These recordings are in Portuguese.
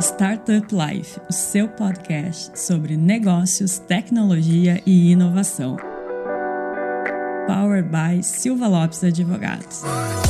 Startup Life, o seu podcast sobre negócios, tecnologia e inovação. Powered by Silva Lopes Advogados.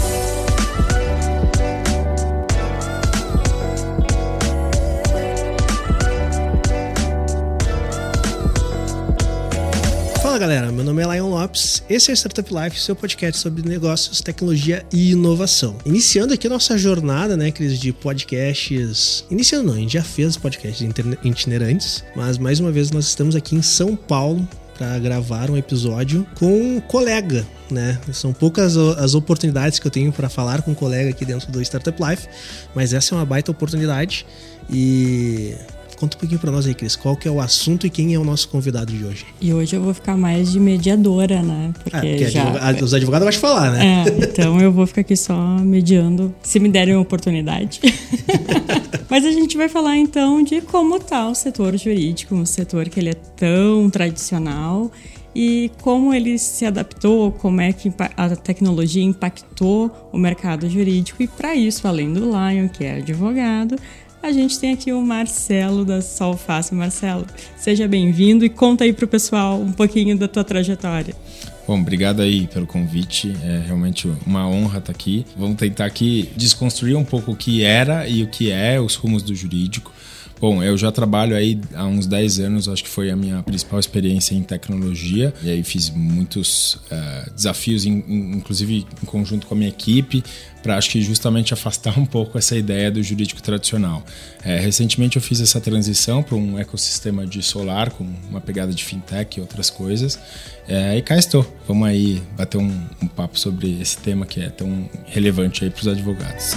Fala galera, meu nome é Lion Lopes, esse é o Startup Life, seu podcast sobre negócios, tecnologia e inovação. Iniciando aqui a nossa jornada, né, Cris, de podcasts... Iniciando não, a gente já fez podcasts itinerantes, mas mais uma vez nós estamos aqui em São Paulo para gravar um episódio com um colega, né? São poucas as oportunidades que eu tenho para falar com um colega aqui dentro do Startup Life, mas essa é uma baita oportunidade e... Conta um pouquinho pra nós aí, Cris, qual que é o assunto e quem é o nosso convidado de hoje? E hoje eu vou ficar mais de mediadora, né? Porque os advogados gostam de falar, né? Então eu vou ficar aqui só mediando, se me derem a oportunidade. Mas a gente vai falar então de como tá o setor jurídico, um setor que ele é tão tradicional e como ele se adaptou, como é que a tecnologia impactou o mercado jurídico. E para isso, além do Lion, que é advogado, a gente tem aqui o Marcelo da Sol Fácil. Marcelo, seja bem-vindo e conta aí pro pessoal um pouquinho da tua trajetória. Bom, obrigado aí pelo convite, é realmente uma honra estar aqui. Vamos tentar aqui desconstruir um pouco o que era e o que é os rumos do jurídico. Bom, eu já trabalho aí há uns 10 anos, acho que foi a minha principal experiência em tecnologia. E aí fiz muitos desafios, inclusive em conjunto com a minha equipe, para acho que justamente afastar um pouco essa ideia do jurídico tradicional. Recentemente eu fiz essa transição para um ecossistema de solar, com uma pegada de fintech e outras coisas. E cá estou. Vamos aí bater um papo sobre esse tema que é tão relevante aí para os advogados.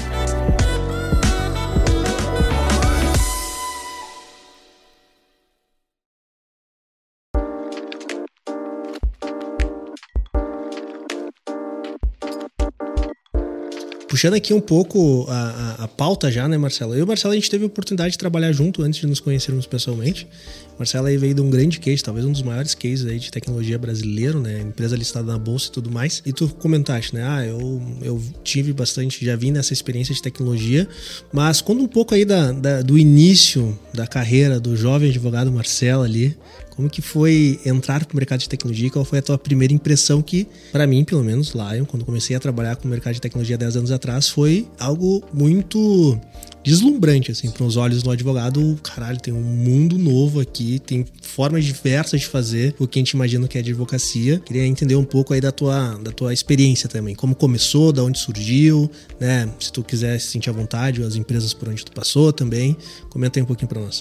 Puxando aqui um pouco a pauta já, né, Marcelo? Eu e o Marcelo, a gente teve a oportunidade de trabalhar junto antes de nos conhecermos pessoalmente. O Marcelo aí veio de um grande case, talvez um dos maiores cases aí de tecnologia brasileiro, né? Empresa listada na bolsa e tudo mais. E tu comentaste, né? Eu tive bastante, já vim nessa experiência de tecnologia, mas conta um pouco aí do início da carreira do jovem advogado Marcelo ali. Como que foi entrar para o mercado de tecnologia? Qual foi a tua primeira impressão que, para mim, pelo menos, Lion, quando comecei a trabalhar com o mercado de tecnologia 10 anos atrás, foi algo muito deslumbrante, assim, para os olhos do advogado. Caralho, tem um mundo novo aqui, tem formas diversas de fazer o que a gente imagina que é de advocacia. Queria entender um pouco aí da tua experiência também. Como começou, da onde surgiu, né? Se tu quiser se sentir à vontade, as empresas por onde tu passou também. Comenta aí um pouquinho para nós.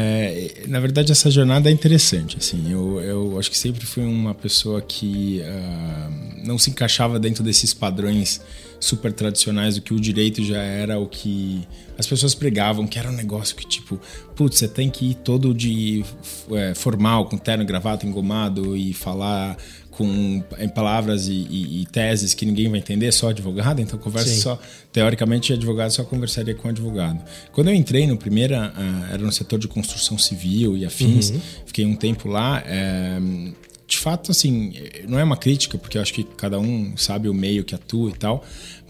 Na verdade, essa jornada é interessante. Assim, eu acho que sempre fui uma pessoa que não se encaixava dentro desses padrões super tradicionais do que o direito já era, o que as pessoas pregavam, que era um negócio que tipo, putz, você tem que ir todo de formal, com terno, gravata, engomado e falar em palavras e teses que ninguém vai entender, só advogado, então conversa Sim. só, teoricamente advogado só conversaria com advogado. Quando eu entrei no primeiro, era no setor de construção civil e afins, fiquei um tempo lá, de fato, assim, não é uma crítica, porque eu acho que cada um sabe o meio que atua e tal,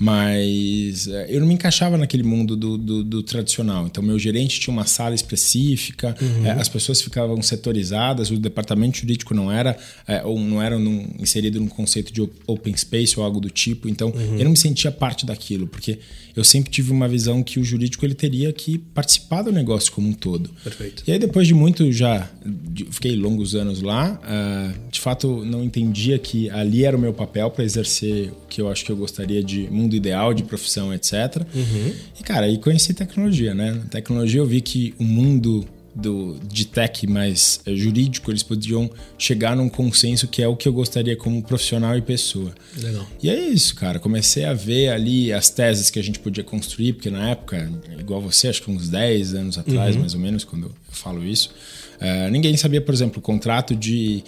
mas eu não me encaixava naquele mundo do tradicional. Então, meu gerente tinha uma sala específica, as pessoas ficavam setorizadas, o departamento jurídico não era inserido num conceito de open space ou algo do tipo. Então, eu não me sentia parte daquilo, porque eu sempre tive uma visão que o jurídico ele teria que participar do negócio como um todo. Perfeito. E aí, depois de muito fiquei longos anos lá, de fato, não entendia que ali era o meu papel para exercer o que eu acho que eu gostaria de mundo ideal, de profissão, etc. E, cara, aí conheci tecnologia, né? Na tecnologia eu vi que o mundo de tech mais jurídico, eles podiam chegar num consenso que é o que eu gostaria como profissional e pessoa. Legal. E é isso, cara. Comecei a ver ali as teses que a gente podia construir, porque na época, igual você, acho que uns 10 anos atrás, mais ou menos, quando eu falo isso, ninguém sabia, por exemplo, o contrato de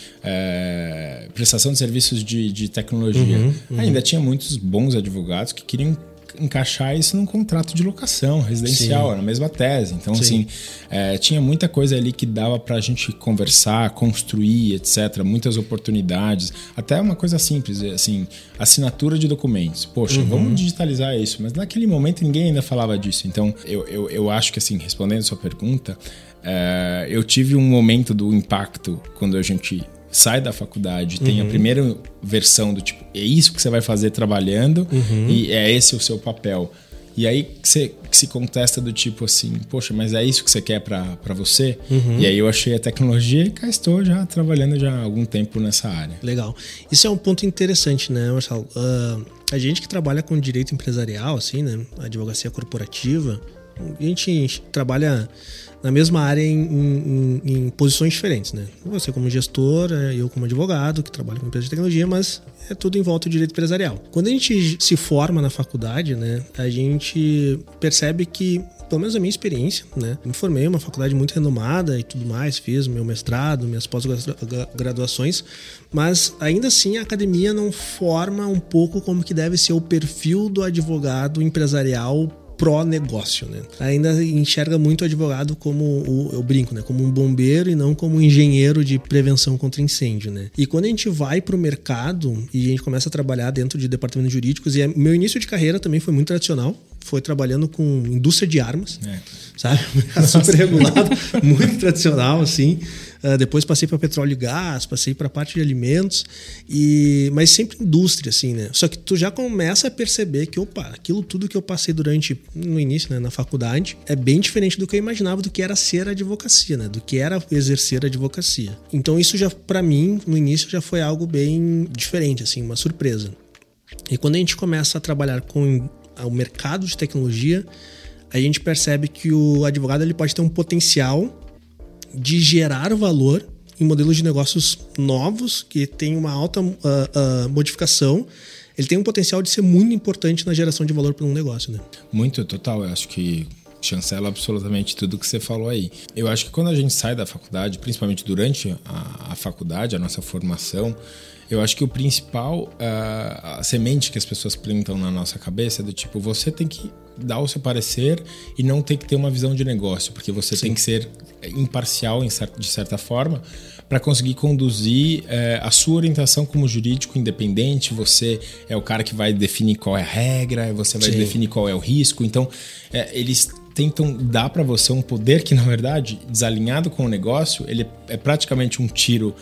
prestação de serviços de tecnologia. Ainda tinha muitos bons advogados que queriam encaixar isso num contrato de locação residencial, na mesma tese. Então, Sim. assim, tinha muita coisa ali que dava pra gente conversar, construir, etc. Muitas oportunidades. Até uma coisa simples, assim, assinatura de documentos. Poxa, vamos digitalizar isso. Mas naquele momento ninguém ainda falava disso. Então, eu acho que, assim, respondendo a sua pergunta, eu tive um momento do impacto quando a gente sai da faculdade, tem a primeira versão do tipo, é isso que você vai fazer trabalhando e é esse o seu papel. E aí que se contesta do tipo assim, poxa, mas é isso que você quer pra você? E aí eu achei a tecnologia e cá estou já trabalhando já há algum tempo nessa área. Legal. Isso é um ponto interessante, né, Marcelo? A gente que trabalha com direito empresarial, assim, né, advocacia corporativa, a gente trabalha na mesma área em posições diferentes, né? Você como gestor, eu como advogado, que trabalho com empresa de tecnologia, mas é tudo em volta do direito empresarial. Quando a gente se forma na faculdade, né, a gente percebe que, pelo menos a minha experiência, né, me formei em uma faculdade muito renomada e tudo mais, fiz meu mestrado, minhas pós-graduações, mas ainda assim a academia não forma um pouco como que deve ser o perfil do advogado empresarial pró-negócio, né? Ainda enxerga muito o advogado como, eu brinco, né? Como um bombeiro e não como um engenheiro de prevenção contra incêndio, né? E quando a gente vai para o mercado e a gente começa a trabalhar dentro de departamentos jurídicos, e meu início de carreira também foi muito tradicional, foi trabalhando com indústria de armas, sabe? Super regulado, muito tradicional, assim. Depois passei para petróleo e gás, passei para a parte de alimentos, mas sempre indústria, assim, né? Só que tu já começa a perceber que, aquilo tudo que eu passei no início, né, na faculdade, é bem diferente do que eu imaginava do que era ser advocacia, né? Do que era exercer a advocacia. Então isso já, para mim, no início já foi algo bem diferente, assim, uma surpresa. E quando a gente começa a trabalhar com o mercado de tecnologia, a gente percebe que o advogado ele pode ter um potencial de gerar valor em modelos de negócios novos, que tem uma alta modificação. Ele tem um potencial de ser muito importante na geração de valor para um negócio, né? Muito, total. Eu acho que chancela absolutamente tudo que você falou aí. Eu acho que quando a gente sai da faculdade, principalmente durante a faculdade, a nossa formação, eu acho que o principal, a semente que as pessoas plantam na nossa cabeça é do tipo, você tem que dar o seu parecer e não tem que ter uma visão de negócio, porque você tem que ser imparcial de certa forma para conseguir conduzir a sua orientação como jurídico independente. Você é o cara que vai definir qual é a regra, você vai definir qual é o risco. Então, eles tentam dar para você um poder que, na verdade, desalinhado com o negócio, ele é praticamente um tiro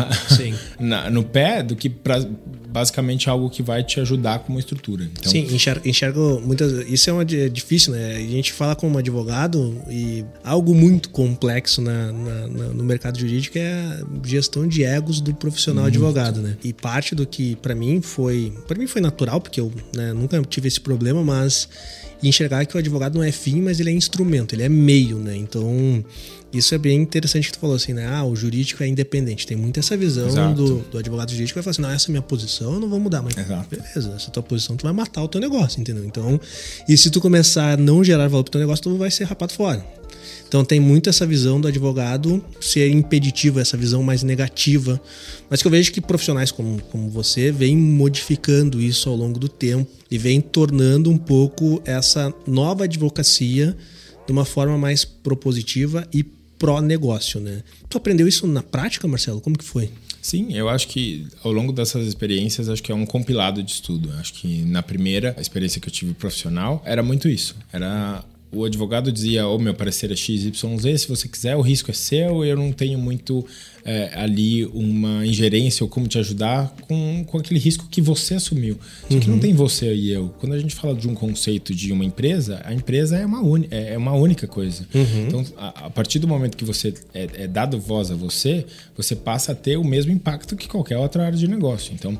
no pé do que basicamente algo que vai te ajudar como estrutura. Então, sim, enxergo muitas... Isso é difícil, né? A gente fala como advogado e algo muito complexo no mercado jurídico é a gestão de egos do profissional advogado, né? E parte do que para mim foi natural, porque eu nunca tive esse problema, mas enxergar que o advogado não é fim, mas ele é instrumento, ele é meio, né? Então, isso é bem interessante que tu falou assim, né? O jurídico é independente. Tem muito essa visão do advogado jurídico que vai falar assim, não, essa é a minha posição, eu não vou mudar. Mas beleza, essa tua posição tu vai matar o teu negócio, entendeu? Então, e se tu começar a não gerar valor pro teu negócio, tu vai ser rapado fora. Então tem muito essa visão do advogado ser impeditivo, essa visão mais negativa. Mas que eu vejo que profissionais como você vêm modificando isso ao longo do tempo e vêm tornando um pouco essa nova advocacia de uma forma mais propositiva e pró-negócio, né? Tu aprendeu isso na prática, Marcelo? Como que foi? Sim, eu acho que ao longo dessas experiências, acho que é um compilado de estudo. Acho que na primeira experiência que eu tive profissional, era muito isso. O advogado dizia, meu parecer é XYZ, se você quiser, o risco é seu, eu não tenho muito ali uma ingerência ou como te ajudar com aquele risco que você assumiu. Só que não tem você e eu. Quando a gente fala de um conceito de uma empresa, a empresa é uma única coisa. Então, a partir do momento que você é dado voz a você passa a ter o mesmo impacto que qualquer outra área de negócio. Então,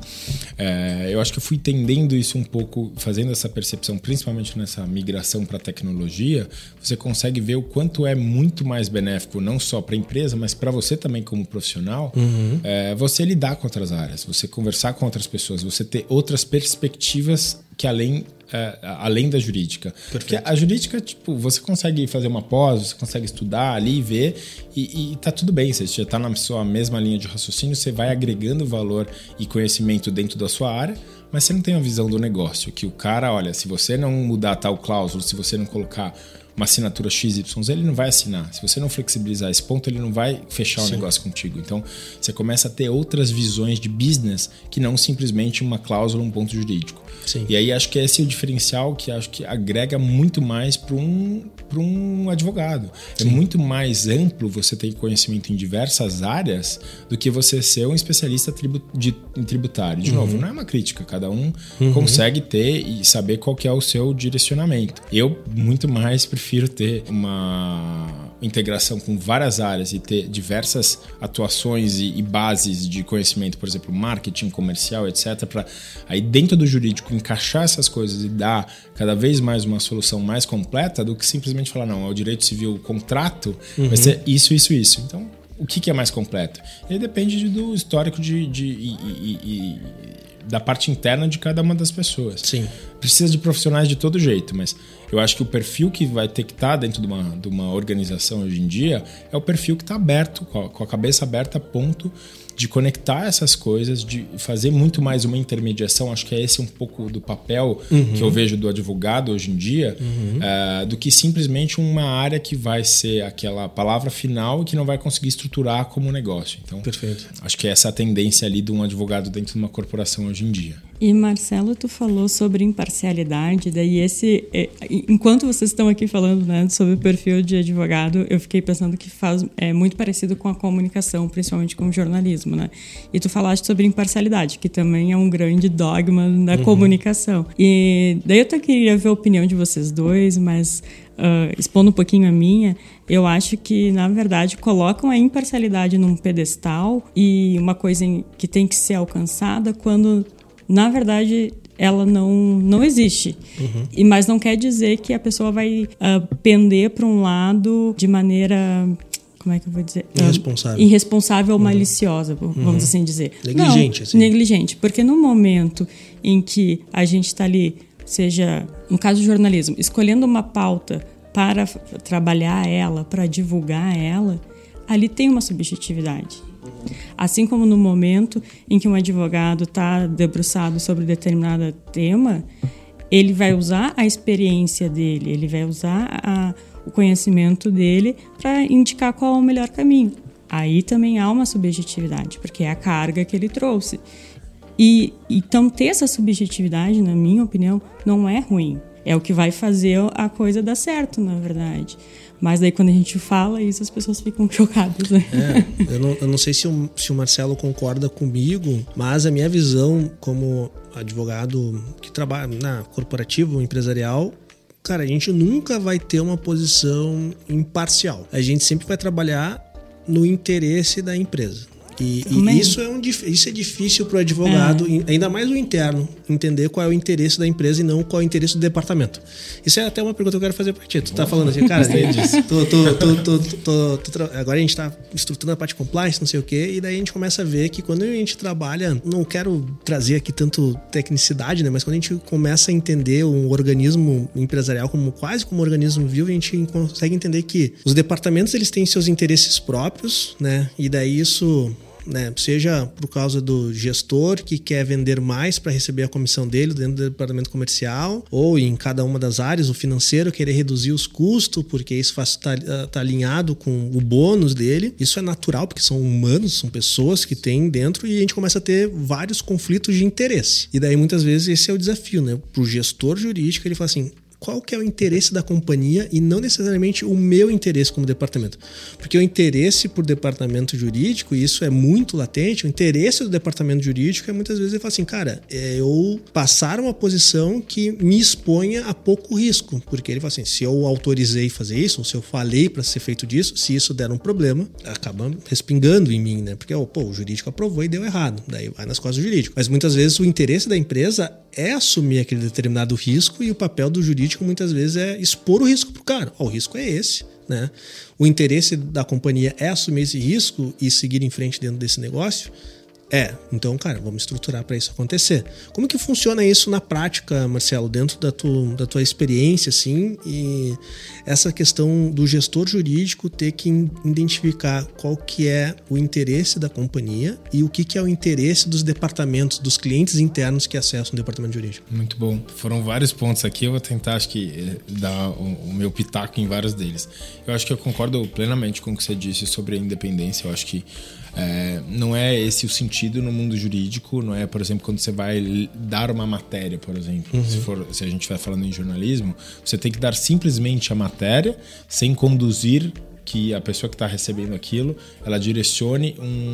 eu acho que eu fui entendendo isso um pouco, fazendo essa percepção, principalmente nessa migração para a tecnologia, você consegue ver o quanto é muito mais benéfico, não só para a empresa, mas para você também como profissional, você lidar com outras áreas, você conversar com outras pessoas, você ter outras perspectivas que além da jurídica. Perfeito. Porque a jurídica, você consegue fazer uma pós, você consegue estudar ali, ver e tá tudo bem, você já tá na sua mesma linha de raciocínio, você vai agregando valor e conhecimento dentro da sua área. mas você não tem a visão do negócio, que o cara, olha, se você não mudar tal cláusula, se você não colocar uma assinatura XYZ, ele não vai assinar. Se você não flexibilizar esse ponto, ele não vai fechar o negócio contigo. Então, você começa a ter outras visões de business que não simplesmente uma cláusula, um ponto jurídico. Sim. E aí, acho que esse é o diferencial que acho que agrega muito mais para um advogado. Sim. É muito mais amplo você ter conhecimento em diversas áreas do que você ser um especialista em tributário. De novo, não é uma crítica. Cada um consegue ter e saber qual que é o seu direcionamento. Eu, muito mais, prefiro ter uma integração com várias áreas e ter diversas atuações e bases de conhecimento, por exemplo, marketing, comercial, etc., para aí dentro do jurídico encaixar essas coisas e dar cada vez mais uma solução mais completa do que simplesmente falar, não, é o direito civil, o contrato vai ser isso, isso, isso. Então, o que é mais completo? E aí depende do histórico da parte interna de cada uma das pessoas. Sim. Precisa de profissionais de todo jeito, mas eu acho que o perfil que vai ter que estar dentro de uma organização hoje em dia é o perfil que está aberto, com a cabeça aberta a ponto de conectar essas coisas, de fazer muito mais uma intermediação. Acho que é esse um pouco do papel que eu vejo do advogado hoje em dia, do que simplesmente uma área que vai ser aquela palavra final e que não vai conseguir estruturar como negócio. Então, perfeito. Acho que é essa a tendência ali de um advogado dentro de uma corporação hoje em dia. E Marcelo, tu falou sobre imparcialidade, daí enquanto vocês estão aqui falando, né, sobre o perfil de advogado, eu fiquei pensando que é muito parecido com a comunicação, principalmente com o jornalismo, né? E tu falaste sobre imparcialidade, que também é um grande dogma da comunicação. E daí eu até queria ver a opinião de vocês dois, mas expondo um pouquinho a minha, eu acho que, na verdade, colocam a imparcialidade num pedestal e uma coisa que tem que ser alcançada quando, na verdade, ela não existe. Mas não quer dizer que a pessoa vai pender para um lado de maneira... Como é que eu vou dizer? Irresponsável ou maliciosa, vamos assim dizer. Negligente. Não, assim. Negligente. Porque no momento em que a gente está ali, seja, no caso do jornalismo, escolhendo uma pauta para trabalhar ela, para divulgar ela, ali tem uma subjetividade. Assim como no momento em que um advogado está debruçado sobre determinado tema, ele vai usar a experiência dele, ele vai usar o conhecimento dele para indicar qual é o melhor caminho. Aí também há uma subjetividade, porque é a carga que ele trouxe. E então ter essa subjetividade, na minha opinião, não é ruim. É o que vai fazer a coisa dar certo, na verdade. Mas daí quando a gente fala isso, as pessoas ficam chocadas, né? Eu não sei se o Marcelo concorda comigo, mas a minha visão como advogado que trabalha na corporativo, empresarial, cara, a gente nunca vai ter uma posição imparcial. A gente sempre vai trabalhar no interesse da empresa. E isso é difícil para o advogado, ainda mais o interno, entender qual é o interesse da empresa e não qual é o interesse do departamento. Isso é até uma pergunta que eu quero fazer para ti. Tu tá falando assim, cara, agora a gente está estruturando a parte de compliance, não sei o quê, e daí a gente começa a ver que quando a gente trabalha, não quero trazer aqui tanto tecnicidade, né, mas quando a gente começa a entender um organismo empresarial quase como um organismo vivo, a gente consegue entender que os departamentos eles têm seus interesses próprios, né, e daí isso... né, seja por causa do gestor que quer vender mais para receber a comissão dele dentro do departamento comercial, ou em cada uma das áreas, o financeiro querer reduzir os custos, porque isso tá alinhado com o bônus dele. Isso é natural, porque são humanos, são pessoas que têm dentro, e a gente começa a ter vários conflitos de interesse. E daí, muitas vezes, esse é o desafio, né? Pro gestor jurídico, ele fala assim... qual que é o interesse da companhia e não necessariamente o meu interesse como departamento. Porque o interesse por departamento jurídico, e isso é muito latente, o interesse do departamento jurídico é muitas vezes ele fala assim, cara, eu passar uma posição que me exponha a pouco risco. Porque ele fala assim, se eu autorizei fazer isso, ou se eu falei para ser feito disso, se isso der um problema, acaba respingando em mim, né? Porque o jurídico aprovou e deu errado. Daí vai nas costas do jurídico. Mas muitas vezes o interesse da empresa é assumir aquele determinado risco, e o papel do jurídico muitas vezes é expor o risco pro cara. O risco é esse, né? O interesse da companhia é assumir esse risco e seguir em frente dentro desse negócio. Então, cara, vamos estruturar para isso acontecer. Como que funciona isso na prática, Marcelo, dentro da tua experiência, assim, e essa questão do gestor jurídico ter que identificar qual que é o interesse da companhia e o que é o interesse dos departamentos, dos clientes internos que acessam o departamento jurídico? Muito bom. Foram vários pontos aqui, eu vou tentar, acho que, dar o meu pitaco em vários deles. Eu acho que eu concordo plenamente com o que você disse sobre a independência. Eu acho que não é esse o sentido no mundo jurídico, não é, por exemplo, quando você vai dar uma matéria, por exemplo. Se a gente estiver falando em jornalismo, você tem que dar simplesmente a matéria sem conduzir que a pessoa que está recebendo aquilo, ela direcione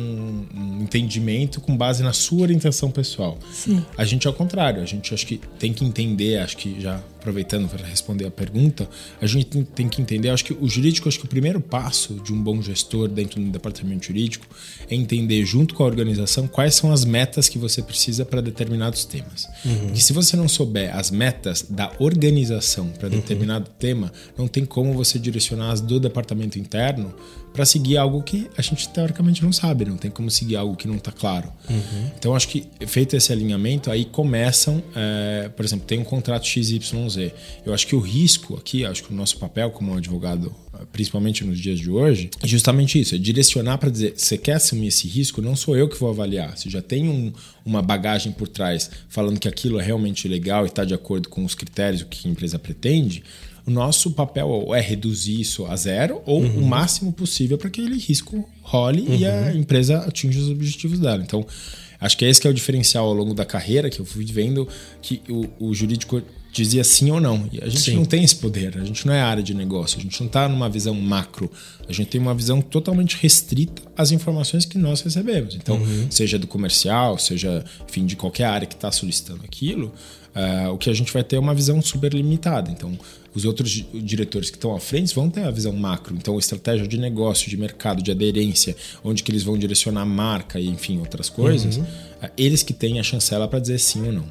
um entendimento com base na sua orientação pessoal. Sim. A gente, ao contrário, a gente acho que tem que entender, acho que já aproveitando para responder a pergunta, a gente tem que entender, acho que o jurídico, acho que o primeiro passo de um bom gestor dentro do departamento jurídico é entender junto com a organização quais são as metas que você precisa para determinados temas. Porque se você não souber as metas da organização para determinado tema, não tem como você direcionar as do departamento interno para seguir algo que a gente teoricamente não sabe, não tem como seguir algo que não está claro. Então, acho que feito esse alinhamento, aí começam, por exemplo, tem um contrato XYZ. Eu acho que o risco aqui, acho que o nosso papel como advogado, principalmente nos dias de hoje, é justamente isso, é direcionar para dizer, você quer assumir esse risco, não sou eu que vou avaliar. Se já tem uma bagagem por trás falando que aquilo é realmente legal e está de acordo com os critérios, o que a empresa pretende, o nosso papel é reduzir isso a zero ou o máximo possível para que aquele risco role e a empresa atinja os objetivos dela. Então, acho que esse que é o diferencial ao longo da carreira, que eu fui vendo que o jurídico dizia sim ou não. E a gente não tem esse poder, a gente não é área de negócio, a gente não está numa visão macro, a gente tem uma visão totalmente restrita às informações que nós recebemos. Então, seja do comercial, seja, enfim, de qualquer área que está solicitando aquilo, o que a gente vai ter é uma visão super limitada. Então, os outros diretores que estão à frente vão ter a visão macro. Então, estratégia de negócio, de mercado, de aderência, onde que eles vão direcionar a marca e, enfim, outras coisas, eles que têm a chancela para dizer sim ou não.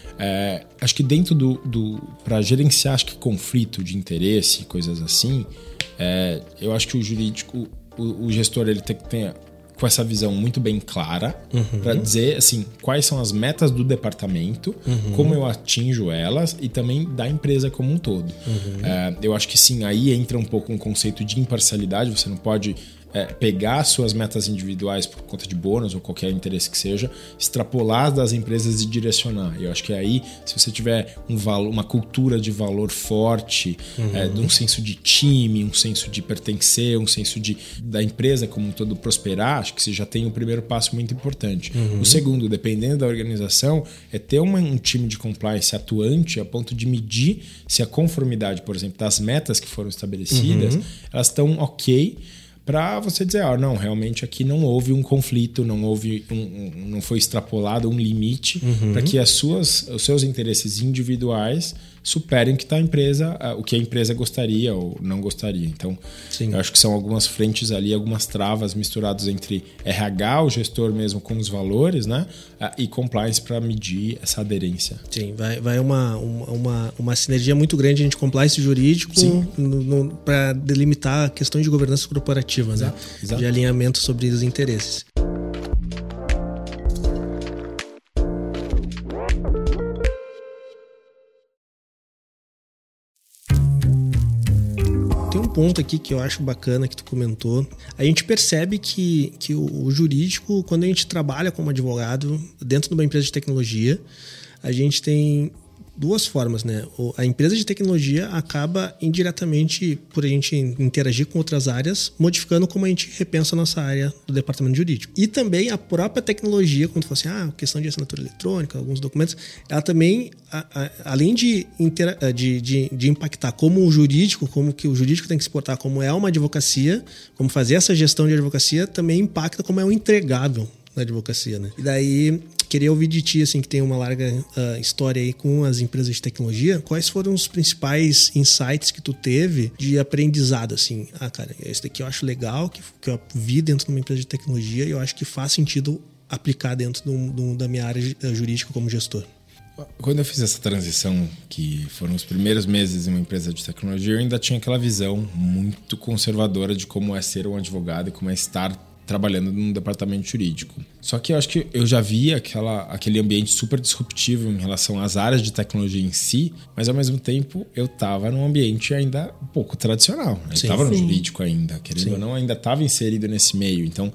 Acho que dentro para gerenciar, acho que conflito de interesse, coisas assim, eu acho que o jurídico, o gestor, ele tem que ter com essa visão muito bem clara para dizer assim, quais são as metas do departamento, como eu atinjo elas e também da empresa como um todo. Eu acho que sim, aí entra um pouco um conceito de imparcialidade. Você não pode pegar suas metas individuais por conta de bônus ou qualquer interesse que seja, extrapolar das empresas e direcionar. Eu acho que aí, se você tiver uma cultura de valor forte, de um senso de time, um senso de pertencer, um senso da empresa como um todo prosperar, acho que você já tem o primeiro passo muito importante. O segundo, dependendo da organização, é ter um time de compliance atuante a ponto de medir se a conformidade, por exemplo, das metas que foram estabelecidas, elas estão ok, para você dizer, não, realmente aqui não houve um conflito, não foi extrapolado um limite para que os seus interesses individuais superem o que a empresa gostaria ou não gostaria. Então, eu acho que são algumas frentes ali, algumas travas misturadas entre RH, o gestor mesmo com os valores, né? E compliance para medir essa aderência. Sim, vai uma sinergia muito grande entre compliance jurídico para delimitar questões de governança corporativa, né? Exato. De alinhamento sobre os interesses. Tem um ponto aqui que eu acho bacana que tu comentou. A gente percebe que o jurídico, quando a gente trabalha como advogado dentro de uma empresa de tecnologia, a gente tem duas formas, né? A empresa de tecnologia acaba indiretamente, por a gente interagir com outras áreas, modificando como a gente repensa a nossa área do departamento jurídico. E também a própria tecnologia, quando tu fala assim, questão de assinatura eletrônica, alguns documentos, ela também, além de impactar como o jurídico, como que o jurídico tem que se portar, como é uma advocacia, como fazer essa gestão de advocacia, também impacta como é um entregável da advocacia, né? E daí, queria ouvir de ti, assim, que tem uma larga história aí com as empresas de tecnologia, quais foram os principais insights que tu teve de aprendizado, assim? Cara, esse daqui eu acho legal, que eu vi dentro de uma empresa de tecnologia e eu acho que faz sentido aplicar dentro da minha área jurídica como gestor. Quando eu fiz essa transição, que foram os primeiros meses em uma empresa de tecnologia, eu ainda tinha aquela visão muito conservadora de como é ser um advogado e como é estar trabalhando num departamento jurídico. Só que eu acho que eu já vi aquele ambiente super disruptivo em relação às áreas de tecnologia em si, mas ao mesmo tempo eu estava num ambiente ainda um pouco tradicional. Eu estava no jurídico ainda, querendo ou não, ainda estava inserido nesse meio. Então,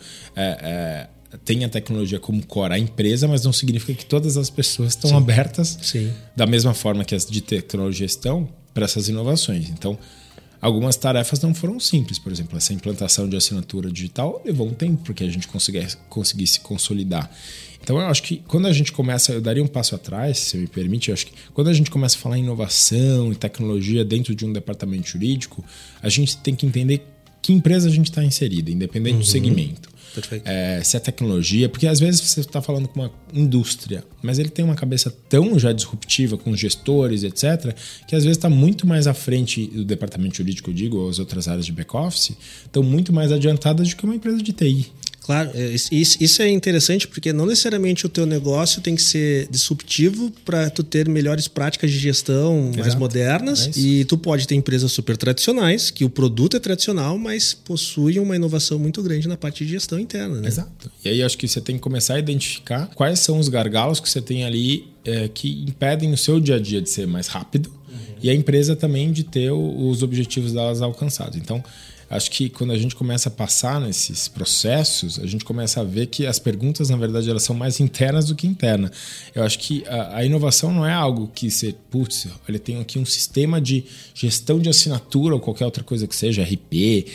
tem a tecnologia como core a empresa, mas não significa que todas as pessoas estão abertas da mesma forma que as de tecnologia estão para essas inovações. Então, algumas tarefas não foram simples. Por exemplo, essa implantação de assinatura digital levou um tempo porque a gente conseguisse se consolidar. Então, eu acho que quando a gente começa... Eu daria um passo atrás, se me permite. Eu acho que quando a gente começa a falar em inovação e tecnologia dentro de um departamento jurídico, a gente tem que entender que empresa a gente está inserida, independente do segmento. Se é tecnologia, porque às vezes você está falando com uma indústria, mas ele tem uma cabeça tão já disruptiva com gestores, etc., que às vezes está muito mais à frente do departamento jurídico, eu digo, ou as outras áreas de back-office, estão muito mais adiantadas do que uma empresa de TI. Claro, isso é interessante porque não necessariamente o teu negócio tem que ser disruptivo para tu ter melhores práticas de gestão mais modernas, e tu pode ter empresas super tradicionais, que o produto é tradicional, mas possuem uma inovação muito grande na parte de gestão interna, né? Exato. E aí acho que você tem que começar a identificar quais são os gargalos que você tem ali que impedem o seu dia a dia de ser mais rápido e a empresa também de ter os objetivos delas alcançados. Então, acho que quando a gente começa a passar nesses processos, a gente começa a ver que as perguntas, na verdade, elas são mais internas do que internas. Eu acho que a inovação não é algo que você... Putz, olha, tem aqui um sistema de gestão de assinatura ou qualquer outra coisa que seja, RP,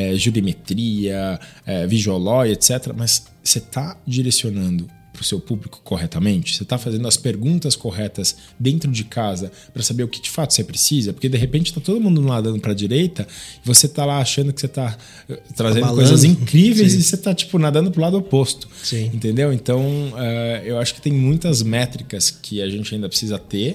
jurimetria, Visual Law, etc. Mas você está direcionando para o seu público corretamente? Você está fazendo as perguntas corretas dentro de casa para saber o que de fato você precisa? Porque de repente está todo mundo nadando para a direita e você está lá achando que você está trazendo coisas incríveis e você está nadando para o lado oposto. Entendeu? Então, eu acho que tem muitas métricas que a gente ainda precisa ter,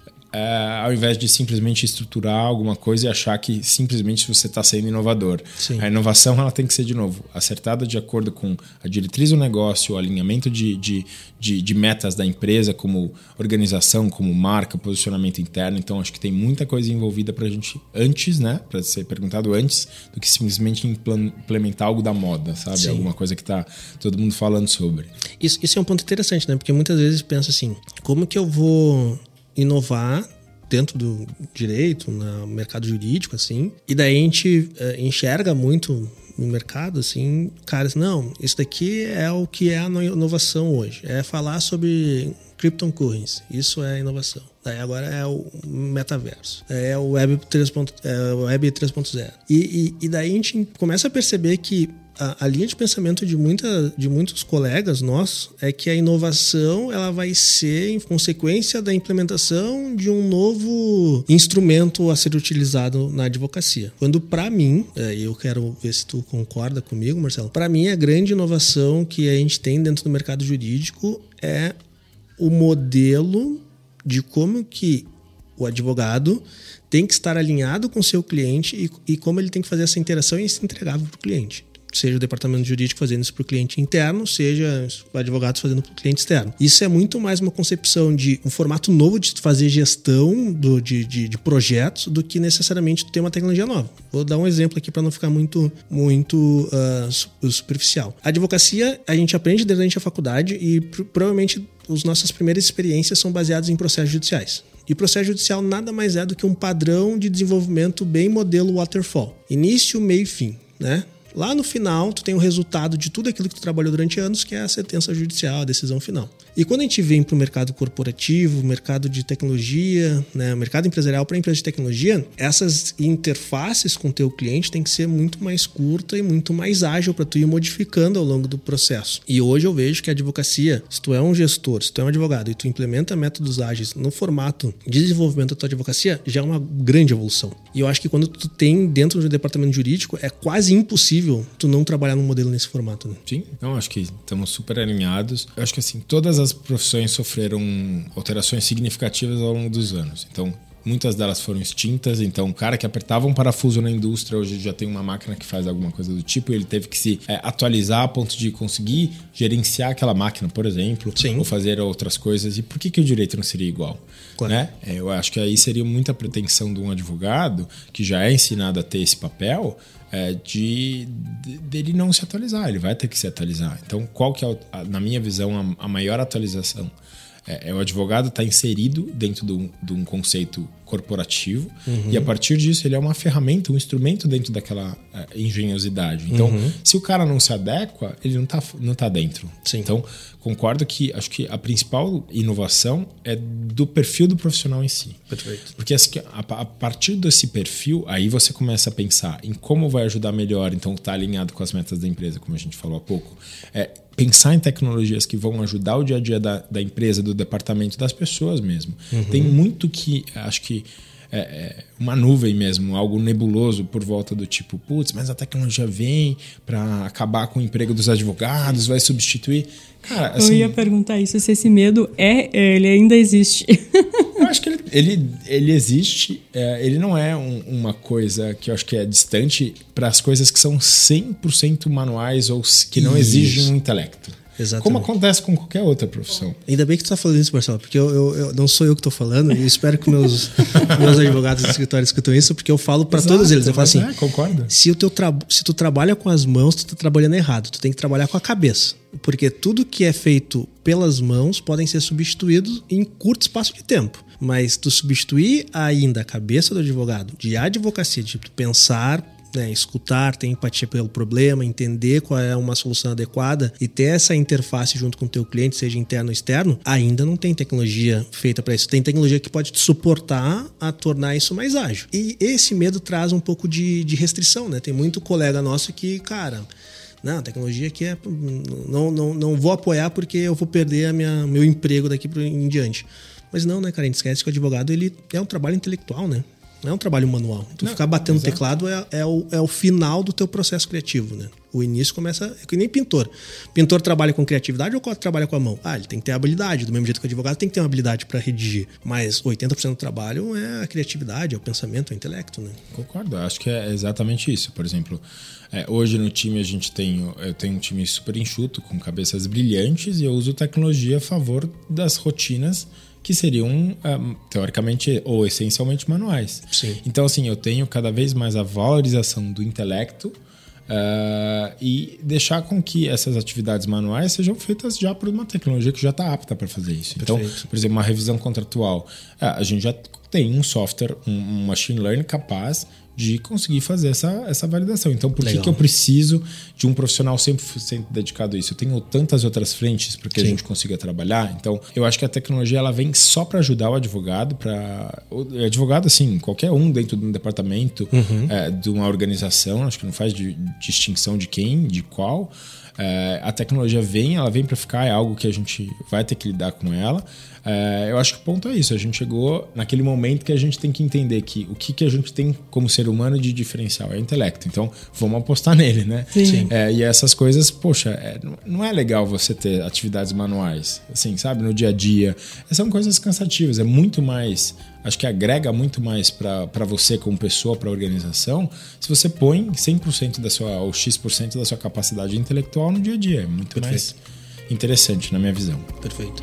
ao invés de simplesmente estruturar alguma coisa e achar que simplesmente você está sendo inovador. A inovação ela tem que ser, de novo, acertada de acordo com a diretriz do negócio, o alinhamento de metas da empresa, como organização, como marca, posicionamento interno. Então, acho que tem muita coisa envolvida para a gente antes, né? Para ser perguntado antes, do que simplesmente implementar algo da moda, sabe? Alguma coisa que está todo mundo falando sobre. Isso é um ponto interessante, né? Porque muitas vezes pensa assim, como que eu vou inovar dentro do direito, no mercado jurídico, assim, e daí a gente enxerga muito no mercado, assim, caras, não, isso daqui é o que é a inovação hoje, é falar sobre cryptocurrency, isso é inovação. Daí agora é o metaverso, é o Web 3.0. E daí a gente começa a perceber que a linha de pensamento de muitos colegas nossos é que a inovação ela vai ser em consequência da implementação de um novo instrumento a ser utilizado na advocacia. Quando, para mim, eu quero ver se tu concorda comigo, Marcelo, para mim a grande inovação que a gente tem dentro do mercado jurídico é o modelo de como que o advogado tem que estar alinhado com o seu cliente e como ele tem que fazer essa interação e se entregar para o cliente. Seja o departamento jurídico fazendo isso para o cliente interno, seja o advogado fazendo para o cliente externo. Isso é muito mais uma concepção de um formato novo de fazer gestão de projetos do que necessariamente ter uma tecnologia nova. Vou dar um exemplo aqui para não ficar muito superficial. A advocacia a gente aprende durante a faculdade e provavelmente as nossas primeiras experiências são baseadas em processos judiciais. E o processo judicial nada mais é do que um padrão de desenvolvimento bem modelo waterfall. Início, meio e fim, né? Lá no final, tu tem o resultado de tudo aquilo que tu trabalhou durante anos, que é a sentença judicial, a decisão final. E quando a gente vem para o mercado corporativo, mercado de tecnologia, né, mercado empresarial para empresa de tecnologia, essas interfaces com o teu cliente tem que ser muito mais curta e muito mais ágil para tu ir modificando ao longo do processo. E hoje eu vejo que a advocacia, se tu é um gestor, se tu é um advogado e tu implementa métodos ágeis no formato de desenvolvimento da tua advocacia, já é uma grande evolução. E eu acho que quando tu tem dentro do departamento jurídico, é quase impossível tu não trabalhar num modelo nesse formato, né? Sim, então acho que estamos super alinhados. Eu acho que assim, todas as profissões sofreram alterações significativas ao longo dos anos. Então, muitas delas foram extintas, então o cara que apertava um parafuso na indústria hoje já tem uma máquina que faz alguma coisa do tipo, e ele teve que se atualizar a ponto de conseguir gerenciar aquela máquina, por exemplo, ou fazer outras coisas. E por que o direito não seria igual? Claro. Né? Eu acho que aí seria muita pretensão de um advogado que já é ensinado a ter esse papel, dele não se atualizar. Ele vai ter que se atualizar. Então, qual que é, na minha visão, a maior atualização? O advogado estar inserido dentro de um conceito corporativo, e a partir disso ele é uma ferramenta, um instrumento dentro daquela engenhosidade. Então, se o cara não se adequa, ele não tá dentro. Sim. Então, concordo que acho que a principal inovação é do perfil do profissional em si. Perfeito. Porque assim, a partir desse perfil, aí você começa a pensar em como vai ajudar melhor, então tá alinhado com as metas da empresa, como a gente falou há pouco. Pensar em tecnologias que vão ajudar o dia a dia da empresa, do departamento, das pessoas mesmo. Tem muito que, acho que uma nuvem mesmo, algo nebuloso por volta do tipo, putz, mas a tecnologia vem para acabar com o emprego dos advogados, vai substituir. Cara, assim, eu ia perguntar isso, se esse medo ele ainda existe. Eu acho que ele existe, ele não é uma coisa que eu acho que é distante para as coisas que são 100% manuais ou que não exigem um intelecto. Exatamente. Como acontece com qualquer outra profissão. Ainda bem que tu está falando isso, Marcelo, porque eu não sou eu que estou falando, e espero que meus advogados do escritório escutam isso, porque eu falo para todos eles. Eu falo assim, concordo. Se tu trabalha com as mãos, tu está trabalhando errado. Tu tem que trabalhar com a cabeça. Porque tudo que é feito pelas mãos podem ser substituídos em curto espaço de tempo. Mas tu substituir ainda a cabeça do advogado, de advocacia, de pensar, escutar, ter empatia pelo problema, entender qual é uma solução adequada e ter essa interface junto com o teu cliente, seja interno ou externo, ainda não tem tecnologia feita para isso. Tem tecnologia que pode te suportar a tornar isso mais ágil. E esse medo traz um pouco de restrição, né? Tem muito colega nosso que, cara, não, a tecnologia aqui não vou apoiar porque eu vou perder meu emprego daqui em diante. Mas não, né, cara? A gente esquece que o advogado ele é um trabalho intelectual, né? Não é um trabalho manual. Tu ficar batendo teclado é o final do teu processo criativo, né? O início começa... É que nem pintor. Pintor trabalha com criatividade ou trabalha com a mão? Ele tem que ter habilidade. Do mesmo jeito que o advogado tem que ter uma habilidade para redigir. Mas 80% do trabalho é a criatividade, é o pensamento, é o intelecto, né? Concordo. Acho que é exatamente isso. Por exemplo, hoje no time eu tenho um time super enxuto, com cabeças brilhantes, e eu uso tecnologia a favor das rotinas que seriam, teoricamente, ou essencialmente manuais. Sim. Então, assim, eu tenho cada vez mais a valorização do intelecto e deixar com que essas atividades manuais sejam feitas já por uma tecnologia que já está apta para fazer isso. Perfeito. Então, por exemplo, uma revisão contratual. A gente já tem um software, um machine learning capaz de conseguir fazer essa validação. Então, por que eu preciso de um profissional 100% dedicado a isso? Eu tenho tantas outras frentes para que a gente consiga trabalhar. Então, eu acho que a tecnologia ela vem só para ajudar o advogado, o advogado, assim, qualquer um dentro de um departamento, de uma organização, acho que não faz distinção de quem, de qual. A tecnologia ela vem para ficar, é algo que a gente vai ter que lidar com ela. Eu acho que o ponto é isso, a gente chegou naquele momento que a gente tem que entender que o que a gente tem como ser humano de diferencial é o intelecto, então vamos apostar nele, né? Sim. E essas coisas, poxa, não é legal você ter atividades manuais, assim, sabe, no dia a dia. São coisas cansativas, é muito mais, acho que agrega muito mais para você como pessoa, para a organização, se você põe 100% ou X% da sua capacidade intelectual no dia a dia. É muito mais interessante, na minha visão. Perfeito.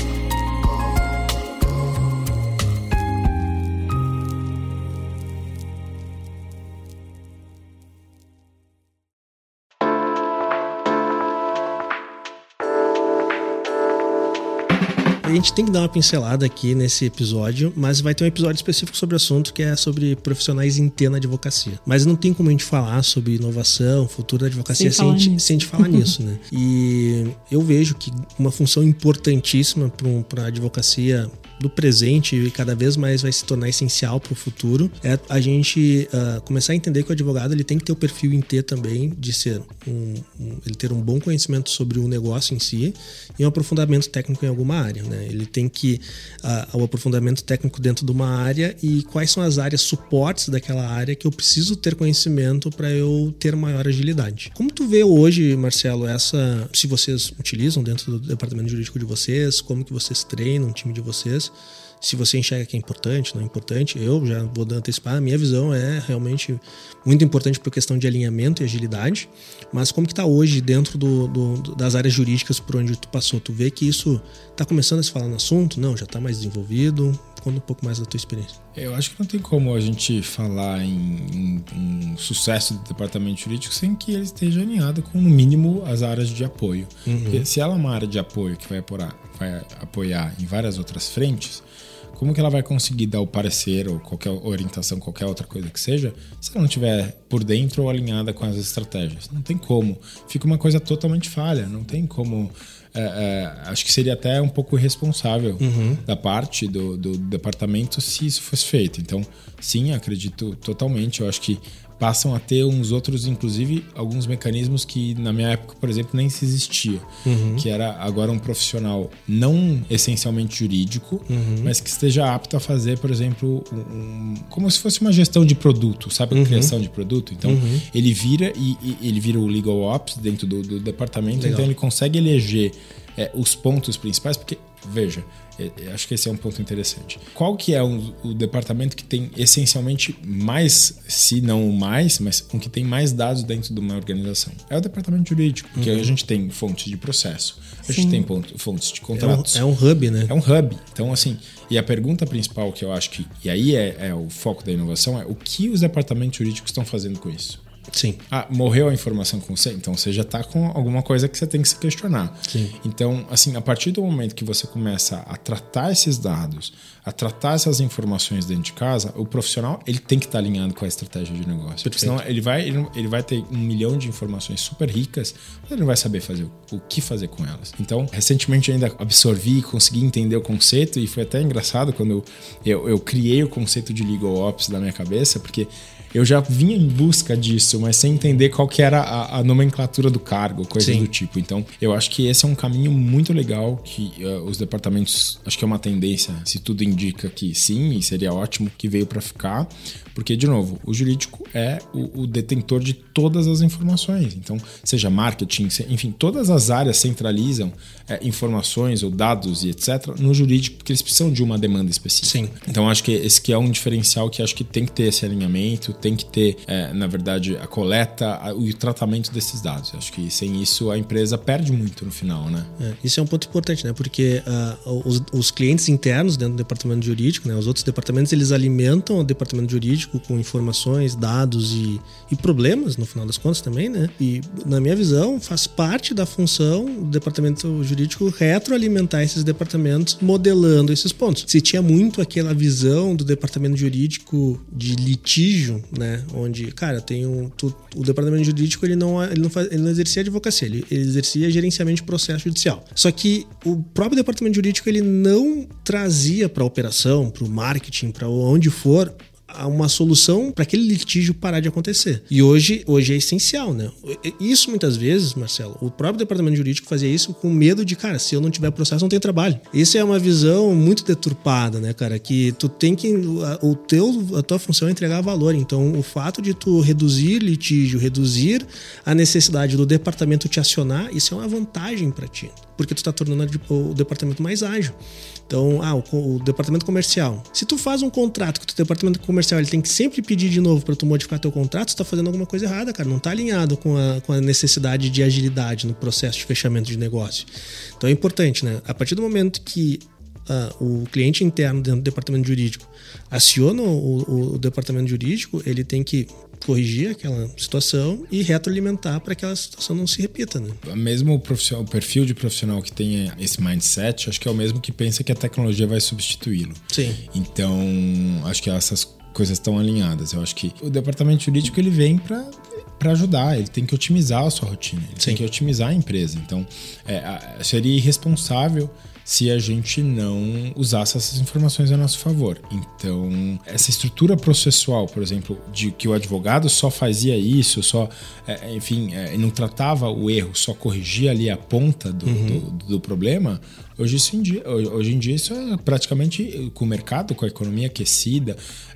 A gente tem que dar uma pincelada aqui nesse episódio, mas vai ter um episódio específico sobre o assunto, que é sobre profissionais em T na advocacia. Mas não tem como a gente falar sobre inovação, futuro da advocacia sem a gente falar nisso, né? E eu vejo que uma função importantíssima para a advocacia do presente e cada vez mais vai se tornar essencial para o futuro é a gente começar a entender que o advogado ele tem que ter o perfil em T também, de ser ele ter um bom conhecimento sobre o negócio em si e um aprofundamento técnico em alguma área, né? Ele tem que o aprofundamento técnico dentro de uma área e quais são as áreas suportes daquela área que eu preciso ter conhecimento para eu ter maior agilidade. Como tu vê hoje, Marcelo, se vocês utilizam dentro do departamento jurídico de vocês, como que vocês treinam o time de vocês, Se você enxerga que é importante, não é importante, eu já vou antecipar, a minha visão é realmente muito importante por questão de alinhamento e agilidade, mas como que está hoje dentro das áreas jurídicas por onde tu passou? Tu vê que isso está começando a se falar no assunto? Não, já está mais desenvolvido? Conta um pouco mais da tua experiência. Eu acho que não tem como a gente falar em sucesso do departamento jurídico sem que ele esteja alinhado com, no mínimo, as áreas de apoio. Porque se ela é uma área de apoio que vai apoiar em várias outras frentes, como que ela vai conseguir dar o parecer ou qualquer orientação, qualquer outra coisa que seja, se ela não estiver por dentro ou alinhada com as estratégias? Não tem como. Fica uma coisa totalmente falha. Não tem como... acho que seria até um pouco irresponsável da parte do departamento se isso fosse feito. Então, sim, acredito totalmente. Eu acho que passam a ter uns outros, inclusive, alguns mecanismos que na minha época, por exemplo, nem se existia. Que era agora um profissional não essencialmente jurídico, mas que esteja apto a fazer, por exemplo, como se fosse uma gestão de produto, sabe? A criação de produto. Então, ele vira o Legal Ops dentro do departamento. Legal. Então, ele consegue eleger os pontos principais, porque, veja, acho que esse é um ponto interessante. Qual que é o departamento que tem essencialmente mais, se não mais, mas com que tem mais dados dentro de uma organização? É o departamento jurídico, porque a gente tem fontes de processo, a gente tem fontes de contratos. É um hub, né? É um hub. Então, assim, e a pergunta principal que eu acho que, e aí é o foco da inovação, é o que os departamentos jurídicos estão fazendo com isso? Sim. Morreu a informação com você? Então você já está com alguma coisa que você tem que se questionar. Sim. Então, assim, a partir do momento que você começa a tratar esses dados, a tratar essas informações dentro de casa, o profissional ele tem que estar alinhado com a estratégia de negócio. Porque senão ele vai ter 1 milhão de informações super ricas, mas ele não vai saber fazer o que fazer com elas. Então, recentemente ainda absorvi e consegui entender o conceito, e foi até engraçado quando eu criei o conceito de Legal Ops na minha cabeça, porque eu já vinha em busca disso, mas sem entender qual que era a nomenclatura do cargo, coisas do tipo. Então, eu acho que esse é um caminho muito legal que os departamentos, acho que é uma tendência, se tudo indica que sim, e seria ótimo, que veio para ficar. Porque, de novo, o jurídico é o detentor de todas as informações. Então, seja marketing, enfim, todas as áreas centralizam informações ou dados e etc. no jurídico, porque eles precisam de uma demanda específica. Sim. Então, acho que esse que é um diferencial que acho que tem que ter esse alinhamento, tem que ter, na verdade, a coleta e o tratamento desses dados. Acho que sem isso a empresa perde muito no final, né? Isso é um ponto importante, né? Porque os clientes internos dentro do departamento jurídico, né? Os outros departamentos, eles alimentam o departamento jurídico com informações, dados e problemas, no final das contas também, né? E, na minha visão, faz parte da função do departamento jurídico retroalimentar esses departamentos modelando esses pontos. Se tinha muito aquela visão do departamento jurídico de litígio, né? Onde, cara, o departamento jurídico ele não exercia advocacia, ele exercia gerenciamento de processo judicial. Só que o próprio departamento jurídico ele não trazia para a operação, para o marketing, para onde for, uma solução para aquele litígio parar de acontecer. E hoje é essencial, né? Isso muitas vezes, Marcelo, o próprio departamento jurídico fazia isso com medo de, cara, se eu não tiver processo, não tem trabalho. Isso é uma visão muito deturpada, né, cara? Que tu tem que... A tua função é entregar valor. Então, o fato de tu reduzir litígio, reduzir a necessidade do departamento te acionar, isso é uma vantagem para ti. Porque tu tá tornando o departamento mais ágil. Então, o departamento comercial. Se tu faz um contrato que o teu departamento comercial ele tem que sempre pedir de novo para tu modificar teu contrato, tu tá fazendo alguma coisa errada, cara. Não tá alinhado com a necessidade de agilidade no processo de fechamento de negócio. Então é importante, né? A partir do momento que o cliente interno dentro do departamento jurídico aciona o departamento jurídico, ele tem que corrigir aquela situação e retroalimentar para que aquela situação não se repita, né? Mesmo o perfil de profissional que tem esse mindset, acho que é o mesmo que pensa que a tecnologia vai substituí-lo. Sim. Então, acho que essas coisas estão alinhadas. Eu acho que o departamento jurídico ele vem para ajudar, ele tem que otimizar a sua rotina, ele tem que otimizar a empresa. Então, seria irresponsável se a gente não usasse essas informações a nosso favor. Então, essa estrutura processual, por exemplo, de que o advogado só fazia isso, não tratava o erro, só corrigia ali a ponta do problema, hoje em dia isso é praticamente com o mercado, com a economia aquecida,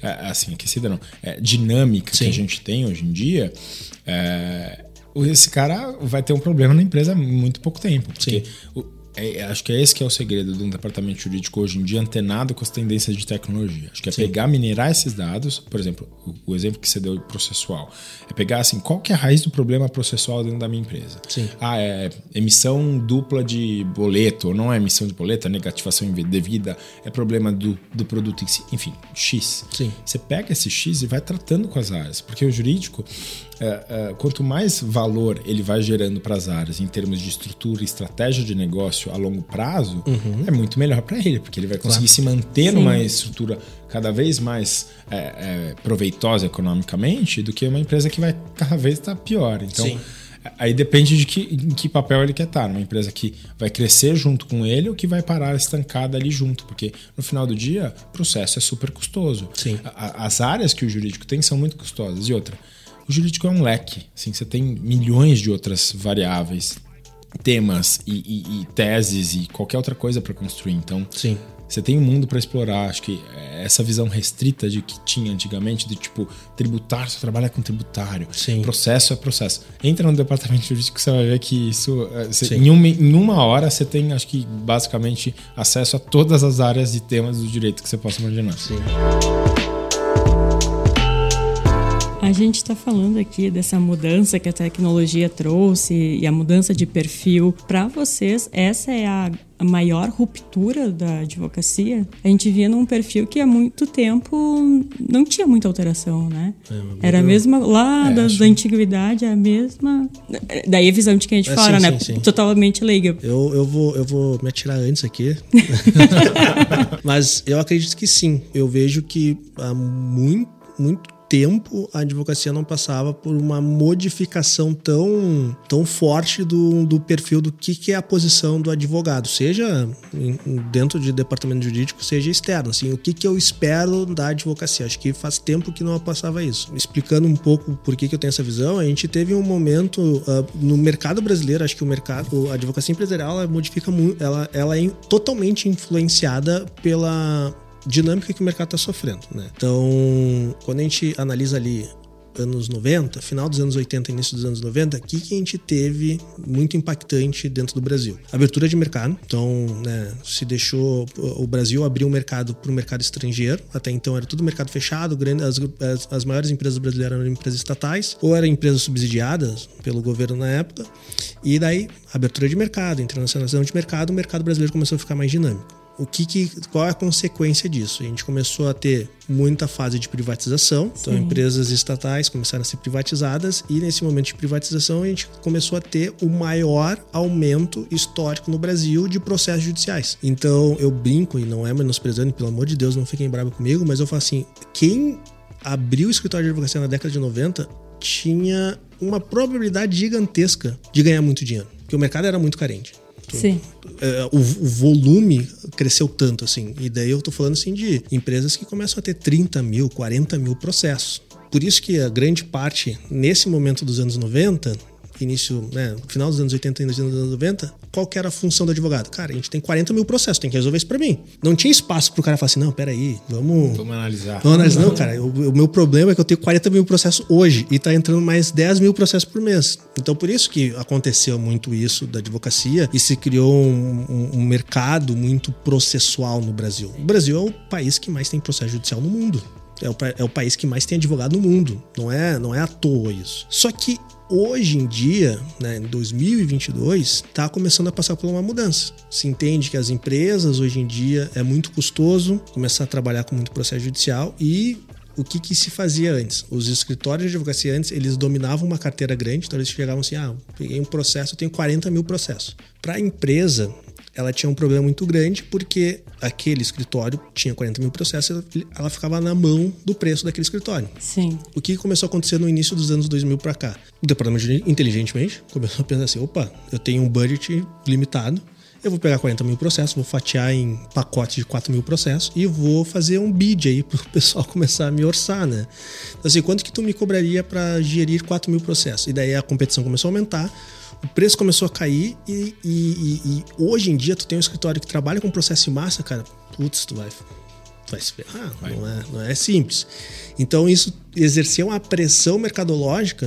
dinâmica que a gente tem hoje em dia, esse cara vai ter um problema na empresa há muito pouco tempo, porque acho que é esse que é o segredo de um departamento jurídico hoje em dia, antenado com as tendências de tecnologia. Acho que é pegar, minerar esses dados, por exemplo, o exemplo que você deu processual, é pegar assim, qual que é a raiz do problema processual dentro da minha empresa? Sim. É emissão dupla de boleto, ou não é emissão de boleto, é negativação indevida, é problema do produto em si, enfim, X. Sim. Você pega esse X e vai tratando com as áreas, porque o jurídico, quanto mais valor ele vai gerando para as áreas em termos de estrutura e estratégia de negócio a longo prazo, é muito melhor para ele, porque ele vai conseguir se manter numa estrutura cada vez mais proveitosa economicamente do que uma empresa que vai cada vez estar pior. Então, aí depende de em que papel ele quer estar. Uma empresa que vai crescer junto com ele ou que vai parar estancada ali junto, porque no final do dia o processo é super custoso. Sim. As áreas que o jurídico tem são muito custosas. E outra, o jurídico é um leque. Assim, você tem milhões de outras variáveis, temas e teses e qualquer outra coisa para construir. Então, você tem um mundo para explorar. Acho que essa visão restrita de que tinha antigamente, de tipo, tributário, você trabalha com tributário. Processo é processo. Entra no departamento jurídico, você vai ver que isso... Em uma hora, você tem, acho que, basicamente, acesso a todas as áreas de temas do direito que você possa imaginar. A gente está falando aqui dessa mudança que a tecnologia trouxe e a mudança de perfil. Para vocês, essa é a maior ruptura da advocacia? A gente via num perfil que há muito tempo não tinha muita alteração, né? Era a mesma, lá da antiguidade, a mesma... Daí a visão de quem é de fora, né? Sim. Totalmente leiga. Eu vou me atirar antes aqui. Mas eu acredito que sim. Eu vejo que há muito tempo a advocacia não passava por uma modificação tão forte do perfil do que é a posição do advogado, seja dentro de departamento jurídico, seja externo. Assim, o que eu espero da advocacia? Acho que faz tempo que não passava isso. Explicando um pouco por que eu tenho essa visão, a gente teve um momento no mercado brasileiro, acho que a advocacia empresarial ela modifica muito, ela é totalmente influenciada pela dinâmica que o mercado está sofrendo, né? Então, quando a gente analisa ali anos 90, final dos anos 80, início dos anos 90, o que a gente teve muito impactante dentro do Brasil? Abertura de mercado. Então, né, se deixou o Brasil abrir um mercado para o mercado estrangeiro. Até então era tudo mercado fechado, as maiores empresas brasileiras eram empresas estatais ou eram empresas subsidiadas pelo governo na época. E daí, abertura de mercado, internacionalização de mercado, o mercado brasileiro começou a ficar mais dinâmico. Qual é a consequência disso? A gente começou a ter muita fase de privatização, então empresas estatais começaram a ser privatizadas e nesse momento de privatização a gente começou a ter o maior aumento histórico no Brasil de processos judiciais. Então eu brinco, e não é menosprezando, pelo amor de Deus, não fiquem bravos comigo, mas eu falo assim, quem abriu o escritório de advocacia na década de 90 tinha uma probabilidade gigantesca de ganhar muito dinheiro, porque o mercado era muito carente. O volume cresceu tanto assim. E daí eu tô falando assim de empresas que começam a ter 30 mil, 40 mil processos. Por isso que a grande parte, nesse momento dos anos 90, início, né, final dos anos 80 e início dos anos 90, qual que era a função do advogado? Cara, a gente tem 40 mil processos, tem que resolver isso pra mim. Não tinha espaço pro cara falar assim, não, peraí, vamos analisar. Não, cara, o meu problema é que eu tenho 40 mil processos hoje e tá entrando mais 10 mil processos por mês. Então, por isso que aconteceu muito isso da advocacia e se criou um mercado muito processual no Brasil. O Brasil é o país que mais tem processo judicial no mundo. É o país que mais tem advogado no mundo. Não é à toa isso. Só que hoje em dia, né, em 2022, está começando a passar por uma mudança. Se entende que as empresas, hoje em dia, é muito custoso começar a trabalhar com muito processo judicial e o que se fazia antes? Os escritórios de advocacia antes, eles dominavam uma carteira grande, então eles chegavam assim, peguei um processo, eu tenho 40 mil processos. Para a empresa, ela tinha um problema muito grande porque aquele escritório tinha 40 mil processos, ela ficava na mão do preço daquele escritório. Sim. O que começou a acontecer no início dos anos 2000 para cá? O departamento inteligentemente começou a pensar assim, eu tenho um budget limitado, eu vou pegar 40 mil processos, vou fatiar em pacotes de 4 mil processos e vou fazer um bid aí pro pessoal começar a me orçar, né? Então assim, quanto que tu me cobraria para gerir 4 mil processos? E daí a competição começou a aumentar, o preço começou a cair e hoje em dia tu tem um escritório que trabalha com processo em massa, cara, putz, tu vai se ferrar, não é simples. Então isso exerceu uma pressão mercadológica,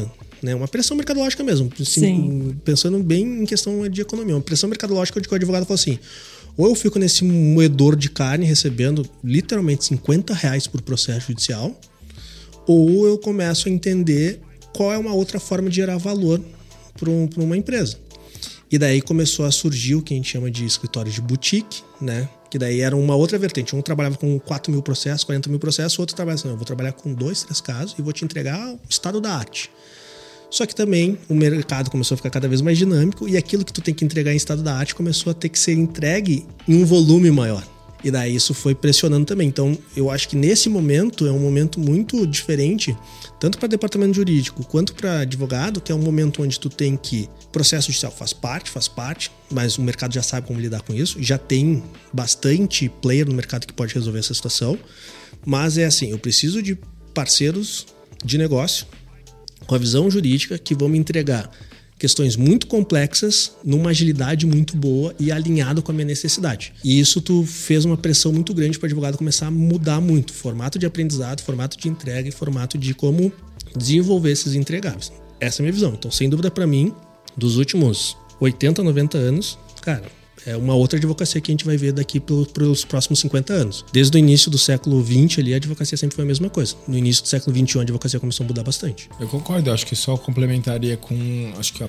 né? Uma pressão mercadológica mesmo. Assim, pensando bem em questão de economia. Uma pressão mercadológica onde o advogado fala assim, ou eu fico nesse moedor de carne recebendo literalmente R$50 por processo judicial, ou eu começo a entender qual é uma outra forma de gerar valor para uma empresa. E daí começou a surgir o que a gente chama de escritório de boutique, né? Que daí era uma outra vertente. Um trabalhava com 4 mil processos, 40 mil processos, o outro trabalhava assim, eu vou trabalhar com 2, 3 casos e vou te entregar o estado da arte. Só que também o mercado começou a ficar cada vez mais dinâmico e aquilo que tu tem que entregar em estado da arte começou a ter que ser entregue em um volume maior. E daí isso foi pressionando também. Então, eu acho que nesse momento é um momento muito diferente, tanto para departamento jurídico quanto para advogado, que é um momento onde tu tem que... Processo judicial faz parte, mas o mercado já sabe como lidar com isso. Já tem bastante player no mercado que pode resolver essa situação. Mas é assim, eu preciso de parceiros de negócio com a visão jurídica que vão me entregar questões muito complexas numa agilidade muito boa e alinhado com a minha necessidade. E isso tu fez uma pressão muito grande para o advogado começar a mudar muito. Formato de aprendizado, formato de entrega e formato de como desenvolver esses entregáveis. Essa é a minha visão. Então, sem dúvida para mim, dos últimos 80, 90 anos, cara, é uma outra advocacia que a gente vai ver daqui pelos próximos 50 anos. Desde o início do século XX ali, a advocacia sempre foi a mesma coisa. No início do século XXI, a advocacia começou a mudar bastante. Eu concordo, eu acho que só complementaria com, acho que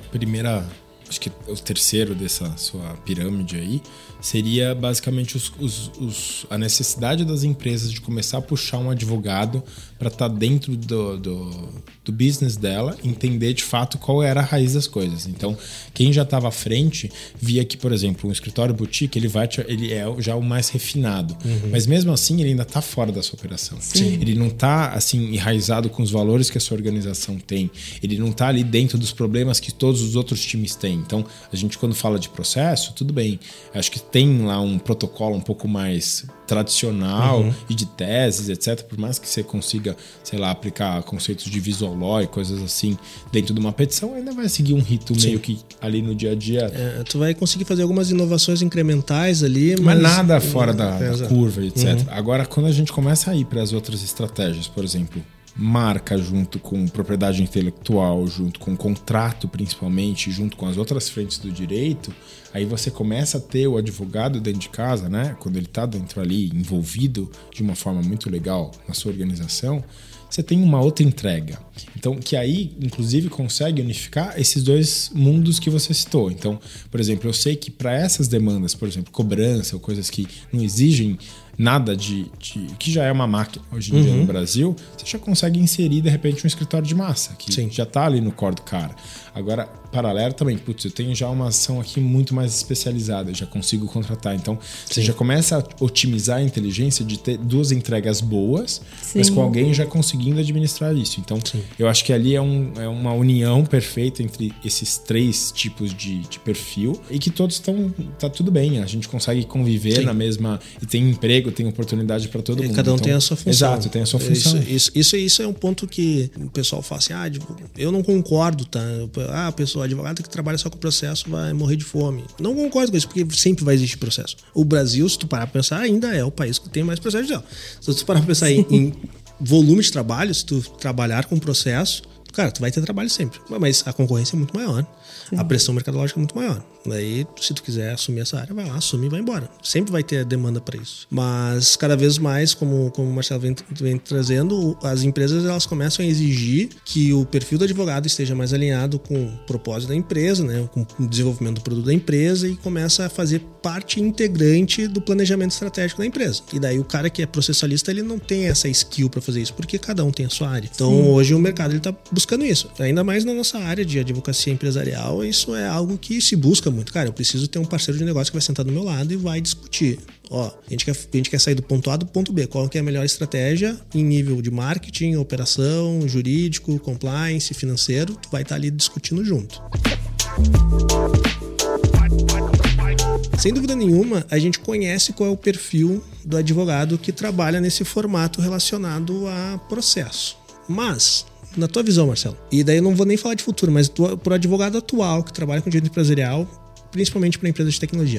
o terceiro dessa sua pirâmide aí seria basicamente a necessidade das empresas de começar a puxar um advogado para estar dentro do business dela, entender de fato qual era a raiz das coisas. Então, quem já estava à frente via que, por exemplo, um escritório boutique, ele é já o mais refinado. Uhum. Mas mesmo assim, ele ainda está fora da sua operação. Sim. Ele não está assim, enraizado com os valores que a sua organização tem. Ele não está ali dentro dos problemas que todos os outros times têm. Então, a gente quando fala de processo, tudo bem. Acho que tem lá um protocolo um pouco mais tradicional e de teses, etc. Por mais que você consiga, sei lá, aplicar conceitos de visual law e coisas assim dentro de uma petição, ainda vai seguir um rito meio que ali no dia a dia. Tu vai conseguir fazer algumas inovações incrementais ali, mas nada fora da curva, etc. Agora, quando a gente começa a ir para as outras estratégias, por exemplo, marca junto com propriedade intelectual, junto com contrato principalmente, junto com as outras frentes do direito, aí você começa a ter o advogado dentro de casa, né? Quando ele está dentro ali, envolvido de uma forma muito legal na sua organização, você tem uma outra entrega. Então, que aí, inclusive, consegue unificar esses dois mundos que você citou. Então, por exemplo, eu sei que para essas demandas, por exemplo, cobrança ou coisas que não exigem nada que já é uma máquina hoje em dia no Brasil, você já consegue inserir, de repente, um escritório de massa, que já está ali no core do cara. Agora, paralelo também, eu tenho já uma ação aqui muito mais especializada, já consigo contratar. Então, você já começa a otimizar a inteligência de ter duas entregas boas, mas com alguém já conseguindo administrar isso. Então, eu acho que ali é uma união perfeita entre esses três tipos de perfil e que todos tá tudo bem. A gente consegue conviver na mesma... E tem emprego, tem oportunidade para todo mundo. Cada um tem a sua função. Exato, tem a sua função. Isso é um ponto que o pessoal fala assim, eu não concordo, tá? O advogado que trabalha só com processo vai morrer de fome. Não concordo com isso, porque sempre vai existir processo. O Brasil, se tu parar pra pensar, ainda é o país que tem mais processo judicial. Se tu parar pra pensar em volume de trabalho, se tu trabalhar com processo, cara, tu vai ter trabalho sempre. Mas a concorrência é muito maior. A pressão mercadológica é muito maior. Daí, se tu quiser assumir essa área, vai lá, assume e vai embora. Sempre vai ter demanda para isso. Mas cada vez mais, como o Marcelo vem trazendo, as empresas elas começam a exigir que o perfil do advogado esteja mais alinhado com o propósito da empresa, né, com o desenvolvimento do produto da empresa e começa a fazer parte integrante do planejamento estratégico da empresa. E daí o cara que é processalista, ele não tem essa skill para fazer isso, porque cada um tem a sua área. Então, hoje o mercado ele tá buscando isso. Ainda mais na nossa área de advocacia empresarial, isso é algo que se busca muito. Cara, eu preciso ter um parceiro de negócio que vai sentar do meu lado e vai discutir. A gente quer sair do ponto A do ponto B. Qual que é a melhor estratégia em nível de marketing, operação, jurídico, compliance, financeiro? Tu vai estar ali discutindo junto. Sem dúvida nenhuma, a gente conhece qual é o perfil do advogado que trabalha nesse formato relacionado a processo. Mas... na tua visão, Marcelo, e daí eu não vou nem falar de futuro, mas pro advogado atual que trabalha com direito empresarial, principalmente para empresas de tecnologia,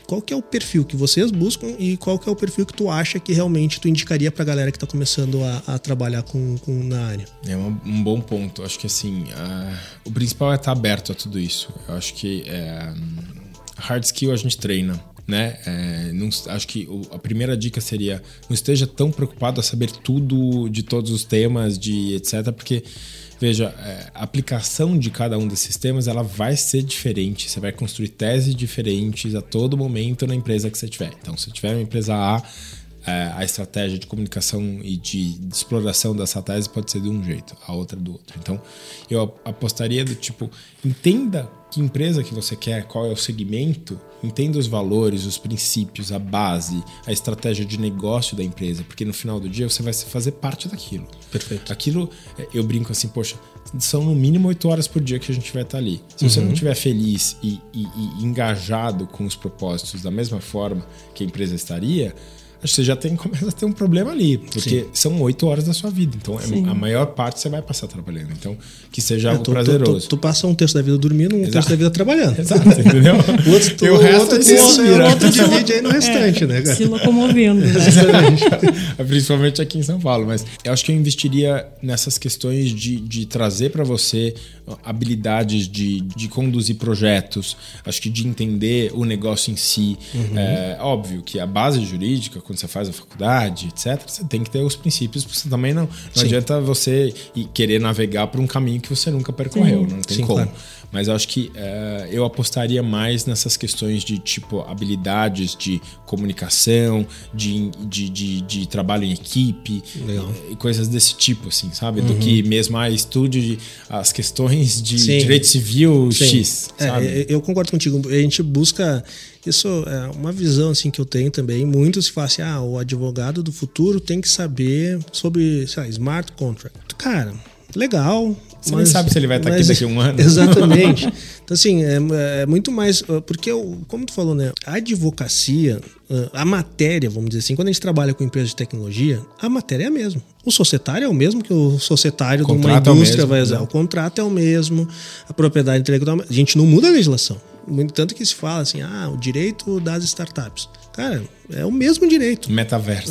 qual que é o perfil que vocês buscam e qual que é o perfil que tu acha que realmente tu indicaria pra galera que tá começando a trabalhar na área? É um bom ponto. Acho que assim, o principal é estar aberto a tudo isso. Eu acho que hard skill a gente treina, né? Acho que a primeira dica seria: não esteja tão preocupado a saber tudo de todos os temas, de etc, porque veja, a aplicação de cada um desses temas ela vai ser diferente. Você vai construir teses diferentes a todo momento na empresa que você tiver. Então, se tiver uma empresa a estratégia de comunicação e de exploração dessa tese pode ser de um jeito, a outra do outro. Então, eu apostaria do tipo, entenda que empresa que você quer, qual é o segmento, entenda os valores, os princípios, a base, a estratégia de negócio da empresa, porque no final do dia você vai fazer parte daquilo. Perfeito. Aquilo, eu brinco assim, poxa, são no mínimo 8 horas por dia que a gente vai estar ali. Se você não estiver feliz e engajado com os propósitos da mesma forma que a empresa estaria, acho que você já começa a ter um problema ali, porque são 8 horas da sua vida. Então, a maior parte você vai passar trabalhando. Então, que seja algo prazeroso. Tu passa um terço da vida dormindo, um terço da vida trabalhando. Exato, entendeu? O outro divide aí no restante, né, cara? Se locomovendo, né? Principalmente aqui em São Paulo. Mas eu acho que eu investiria nessas questões de trazer para você habilidades de conduzir projetos, acho que de entender o negócio em si. É óbvio que a base jurídica, quando você faz a faculdade, etc., você tem que ter os princípios, porque você também não adianta você querer navegar por um caminho que você nunca percorreu, não tem como. Claro. Mas eu acho que eu apostaria mais nessas questões de tipo habilidades de comunicação, de trabalho em equipe e coisas desse tipo, assim, sabe? Do que mesmo estude as questões de direito civil X, sabe? Eu concordo contigo. A gente busca... Isso é uma visão assim, que eu tenho também. Muitos falam assim, o advogado do futuro tem que saber sobre, sei lá, smart contract. Cara, legal... Você nem sabe se ele vai estar aqui daqui a um ano. Exatamente. Então, assim, é muito mais... Porque, como tu falou, né? A advocacia, a matéria, vamos dizer assim, quando a gente trabalha com empresas de tecnologia, a matéria é a mesma. O societário é o mesmo que o societário de uma indústria vai usar. O contrato é o mesmo, a propriedade intelectual... A gente não muda a legislação. Tanto que se fala assim, o direito das startups. Cara, é o mesmo direito. Metaverso.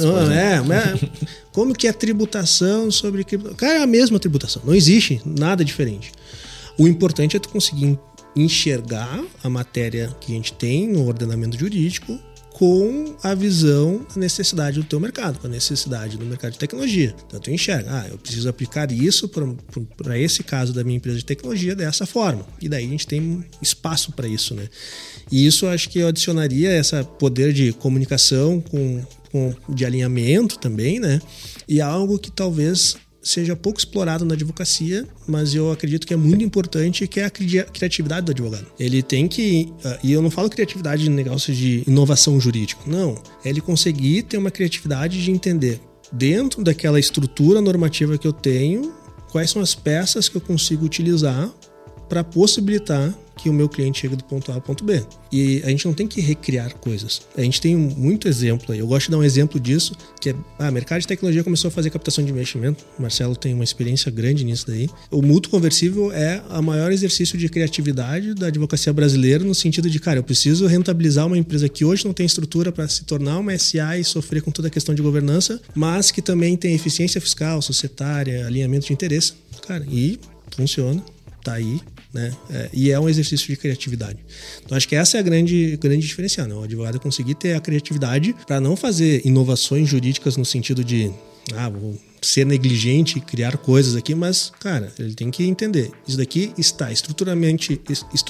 Como que é a tributação sobre... Cara, é a mesma tributação. Não existe nada diferente. O importante é tu conseguir enxergar a matéria que a gente tem no ordenamento jurídico com a visão da necessidade do teu mercado, com a necessidade do mercado de tecnologia. Então, tu enxerga, eu preciso aplicar isso para esse caso da minha empresa de tecnologia dessa forma. E daí a gente tem espaço para isso, né? E isso acho que eu adicionaria esse poder de comunicação de alinhamento também, né? E algo que talvez seja pouco explorado na advocacia, mas eu acredito que é muito importante, que é a criatividade do advogado. Ele tem que... E eu não falo criatividade de negócios de inovação jurídica, não. É ele conseguir ter uma criatividade de entender, dentro daquela estrutura normativa que eu tenho, quais são as peças que eu consigo utilizar para possibilitar que o meu cliente chegue do ponto A ao ponto B. E a gente não tem que recriar coisas. A gente tem muito exemplo aí. Eu gosto de dar um exemplo disso, que é... mercado de tecnologia começou a fazer captação de investimento. O Marcelo tem uma experiência grande nisso daí. O mútuo conversível é o maior exercício de criatividade da advocacia brasileira, no sentido de, cara, eu preciso rentabilizar uma empresa que hoje não tem estrutura para se tornar uma SA e sofrer com toda a questão de governança, mas que também tem eficiência fiscal, societária, alinhamento de interesse. Cara, e funciona. Tá aí, né? E é um exercício de criatividade. Então, acho que essa é a grande diferencial, né? O advogado conseguir ter a criatividade para não fazer inovações jurídicas no sentido de, vou ser negligente e criar coisas aqui, mas, cara, ele tem que entender. Isso daqui está estruturalmente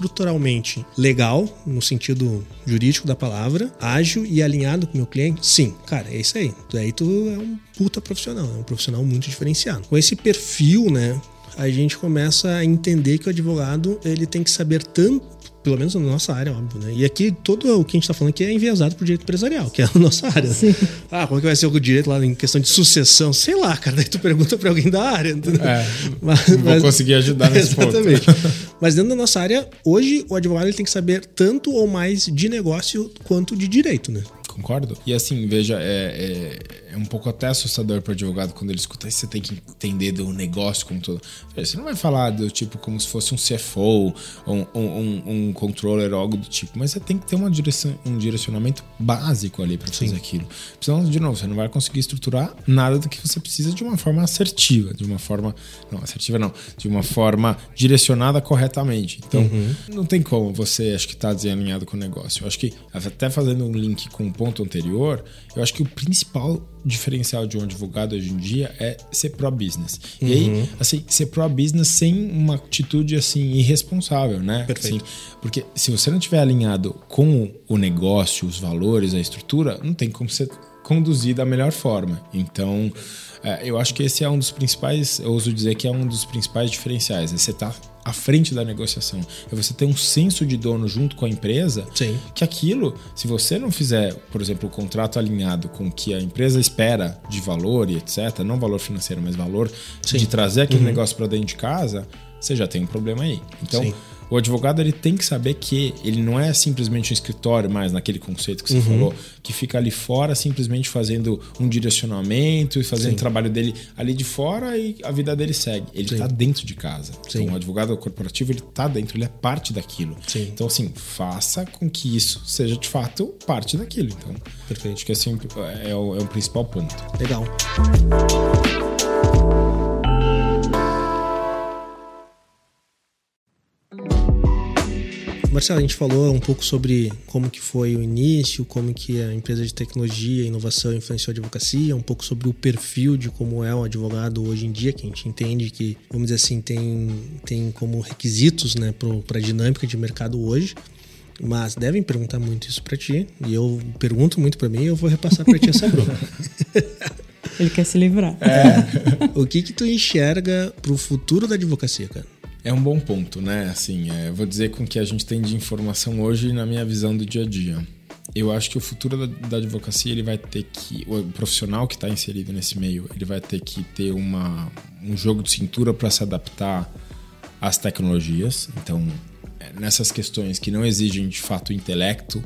legal, no sentido jurídico da palavra, ágil e alinhado com o meu cliente? Sim, cara, é isso aí. Daí tu é um puta profissional, é um profissional muito diferenciado. Com esse perfil, né, a gente começa a entender que o advogado ele tem que saber tanto, pelo menos na nossa área, óbvio, né? E aqui, todo o que a gente está falando aqui é enviesado por direito empresarial, que é a nossa área. Sim. Como é que vai ser o direito lá em questão de sucessão? Sei lá, cara, daí tu pergunta para alguém da área. Entendeu? Não vou conseguir ajudar nesse exatamente. ponto. Mas dentro da nossa área, hoje o advogado ele tem que saber tanto ou mais de negócio quanto de direito, né? Concordo. E assim, veja, é um pouco até assustador para o advogado quando ele escuta isso. Você tem que entender do negócio como todo. Você não vai falar do tipo como se fosse um CFO ou um controller ou algo do tipo, mas você tem que ter um direcionamento básico ali para fazer aquilo. Senão, de novo, você não vai conseguir estruturar nada do que você precisa de uma forma assertiva, de uma forma direcionada corretamente. Então, não tem como você, acho que está desalinhado com o negócio. Eu acho que, até fazendo um link com o ponto anterior, eu acho que o principal diferencial de um advogado hoje em dia é ser pro-business. E aí, assim, ser pro-business sem uma atitude, assim, irresponsável, né? Perfeito. Assim, porque se você não estiver alinhado com o negócio, os valores, a estrutura, não tem como você conduzir da melhor forma. Então, eu acho que esse é um dos principais, eu ouso dizer que é um dos principais diferenciais. Você tá à frente da negociação. É você ter um senso de dono junto com a empresa. Sim. Que aquilo, se você não fizer, por exemplo, o contrato alinhado com o que a empresa espera de valor e etc., não valor financeiro, mas valor de trazer aquele negócio para dentro de casa, você já tem um problema aí. Então, o advogado ele tem que saber que ele não é simplesmente um escritório mais naquele conceito que você falou, que fica ali fora simplesmente fazendo um direcionamento e fazendo o trabalho dele ali de fora e a vida dele segue. Ele está dentro de casa. Então, o advogado corporativo ele está dentro, ele é parte daquilo. Então, assim, faça com que isso seja de fato parte daquilo. Então, perfeito. Acho que esse é o principal ponto. Legal. Marcelo, a gente falou um pouco sobre como que foi o início, como que a empresa de tecnologia e inovação influenciou a advocacia, um pouco sobre o perfil de como é um advogado hoje em dia, que a gente entende que, vamos dizer assim, tem como requisitos, né, para a dinâmica de mercado hoje. Mas devem perguntar muito isso para ti, e eu pergunto muito para mim e eu vou repassar para ti essa bronca. Ele quer se livrar. O que tu enxerga pro futuro da advocacia, cara? É um bom ponto, né? Assim, vou dizer com o que a gente tem de informação hoje na minha visão do dia a dia. Eu acho que o futuro da advocacia, ele vai ter que... O profissional que está inserido nesse meio, ele vai ter que ter um jogo de cintura para se adaptar às tecnologias. Então, nessas questões que não exigem, de fato, intelecto,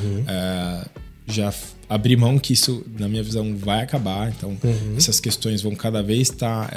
já abrir mão que isso, na minha visão, vai acabar. Então, essas questões vão cada vez estar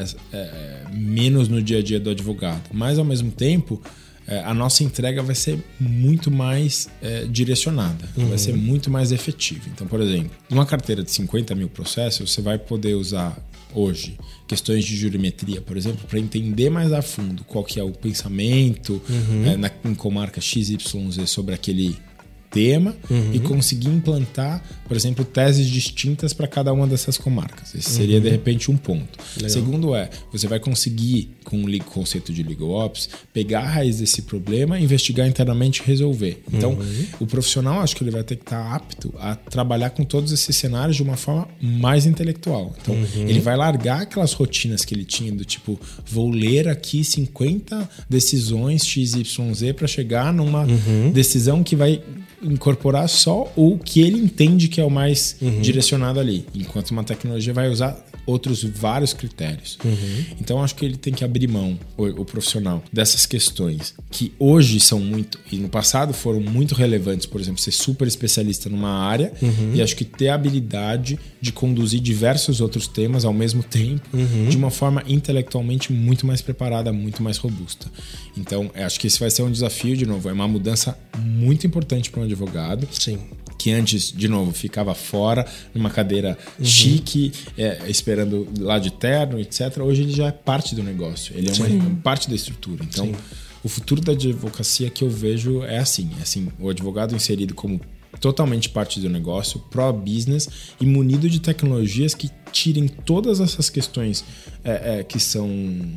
menos no dia a dia do advogado. Mas, ao mesmo tempo, a nossa entrega vai ser muito mais direcionada, vai ser muito mais efetiva. Então, por exemplo, numa carteira de 50 mil processos, você vai poder usar hoje questões de jurimetria, por exemplo, para entender mais a fundo qual que é o pensamento em comarca XYZ sobre aquele tema e conseguir implantar, por exemplo, teses distintas para cada uma dessas comarcas. Esse seria, de repente, um ponto. Legal. Segundo você vai conseguir, com o conceito de Legal Ops, pegar a raiz desse problema, investigar internamente e resolver. Então, o profissional, acho que ele vai ter que estar apto a trabalhar com todos esses cenários de uma forma mais intelectual. Então, ele vai largar aquelas rotinas que ele tinha do tipo, vou ler aqui 50 decisões XYZ para chegar numa decisão que vai incorporar só o que ele entende que é o mais direcionado ali, enquanto uma tecnologia vai usar outros vários critérios. Então acho que ele tem que abrir mão, o profissional, dessas questões que hoje são muito, e no passado foram muito relevantes, por exemplo, ser super especialista numa área e acho que ter a habilidade de conduzir diversos outros temas ao mesmo tempo de uma forma intelectualmente muito mais preparada, muito mais robusta. Então acho que esse vai ser um desafio, de novo, é uma mudança muito importante para um advogado. Sim. Que antes, de novo, ficava fora, numa cadeira chique, esperando lá de terno, etc. Hoje ele já é parte do negócio, ele é uma parte da estrutura. Então, o futuro da advocacia que eu vejo é assim, o advogado inserido como totalmente parte do negócio, pro-business e munido de tecnologias que tirem todas essas questões que são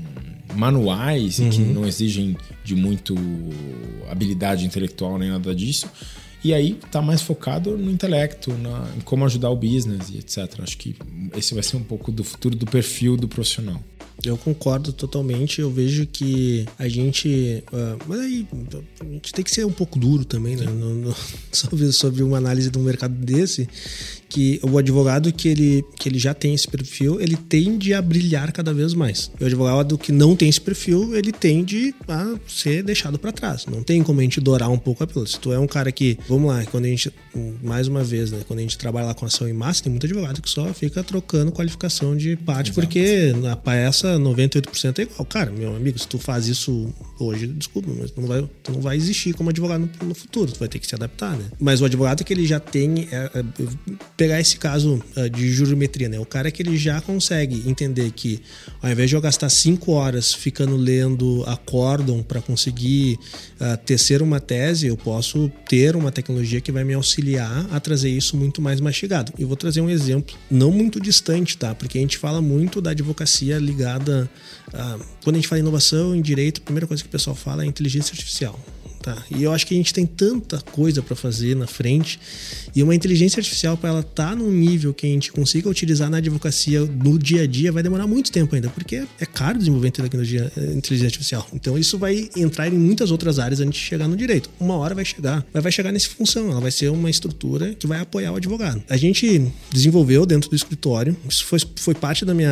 manuais e que não exigem de muito habilidade intelectual nem nada disso. E aí tá mais focado no intelecto, em como ajudar o business e etc. Acho que esse vai ser um pouco do futuro do perfil do profissional. Eu concordo totalmente. Eu vejo que a gente... mas aí a gente tem que ser um pouco duro também, né? Sobre uma análise de um mercado desse, que o advogado que ele já tem esse perfil, ele tende a brilhar cada vez mais. E o advogado que não tem esse perfil, ele tende a ser deixado para trás. Não tem como a gente dourar um pouco a pílula. Se tu é um cara que, vamos lá, quando a gente, mais uma vez, né, quando a gente trabalha lá com ação em massa, tem muito advogado que só fica trocando qualificação de parte. Exato. Porque na peça 98% é igual. Cara, meu amigo, se tu faz isso hoje, desculpa, mas tu não vai existir como advogado no futuro, tu vai ter que se adaptar, né? Mas o advogado que ele já tem, pegar esse caso de jurimetria, né? O cara que ele já consegue entender que ao invés de eu gastar 5 horas ficando lendo acórdão para conseguir tecer uma tese, eu posso ter uma tecnologia que vai me auxiliar a trazer isso muito mais mastigado. E vou trazer um exemplo não muito distante, tá? Porque a gente fala muito da advocacia ligada quando a gente fala em inovação, em direito, a primeira coisa que o pessoal fala é inteligência artificial. Tá. E eu acho que a gente tem tanta coisa para fazer na frente, e uma inteligência artificial, para ela estar num nível que a gente consiga utilizar na advocacia no dia a dia, vai demorar muito tempo ainda, porque é caro desenvolver tecnologia, inteligência artificial. Então isso vai entrar em muitas outras áreas antes de chegar no direito. Uma hora vai chegar, mas vai chegar nessa função, ela vai ser uma estrutura que vai apoiar o advogado. A gente desenvolveu dentro do escritório, isso foi parte do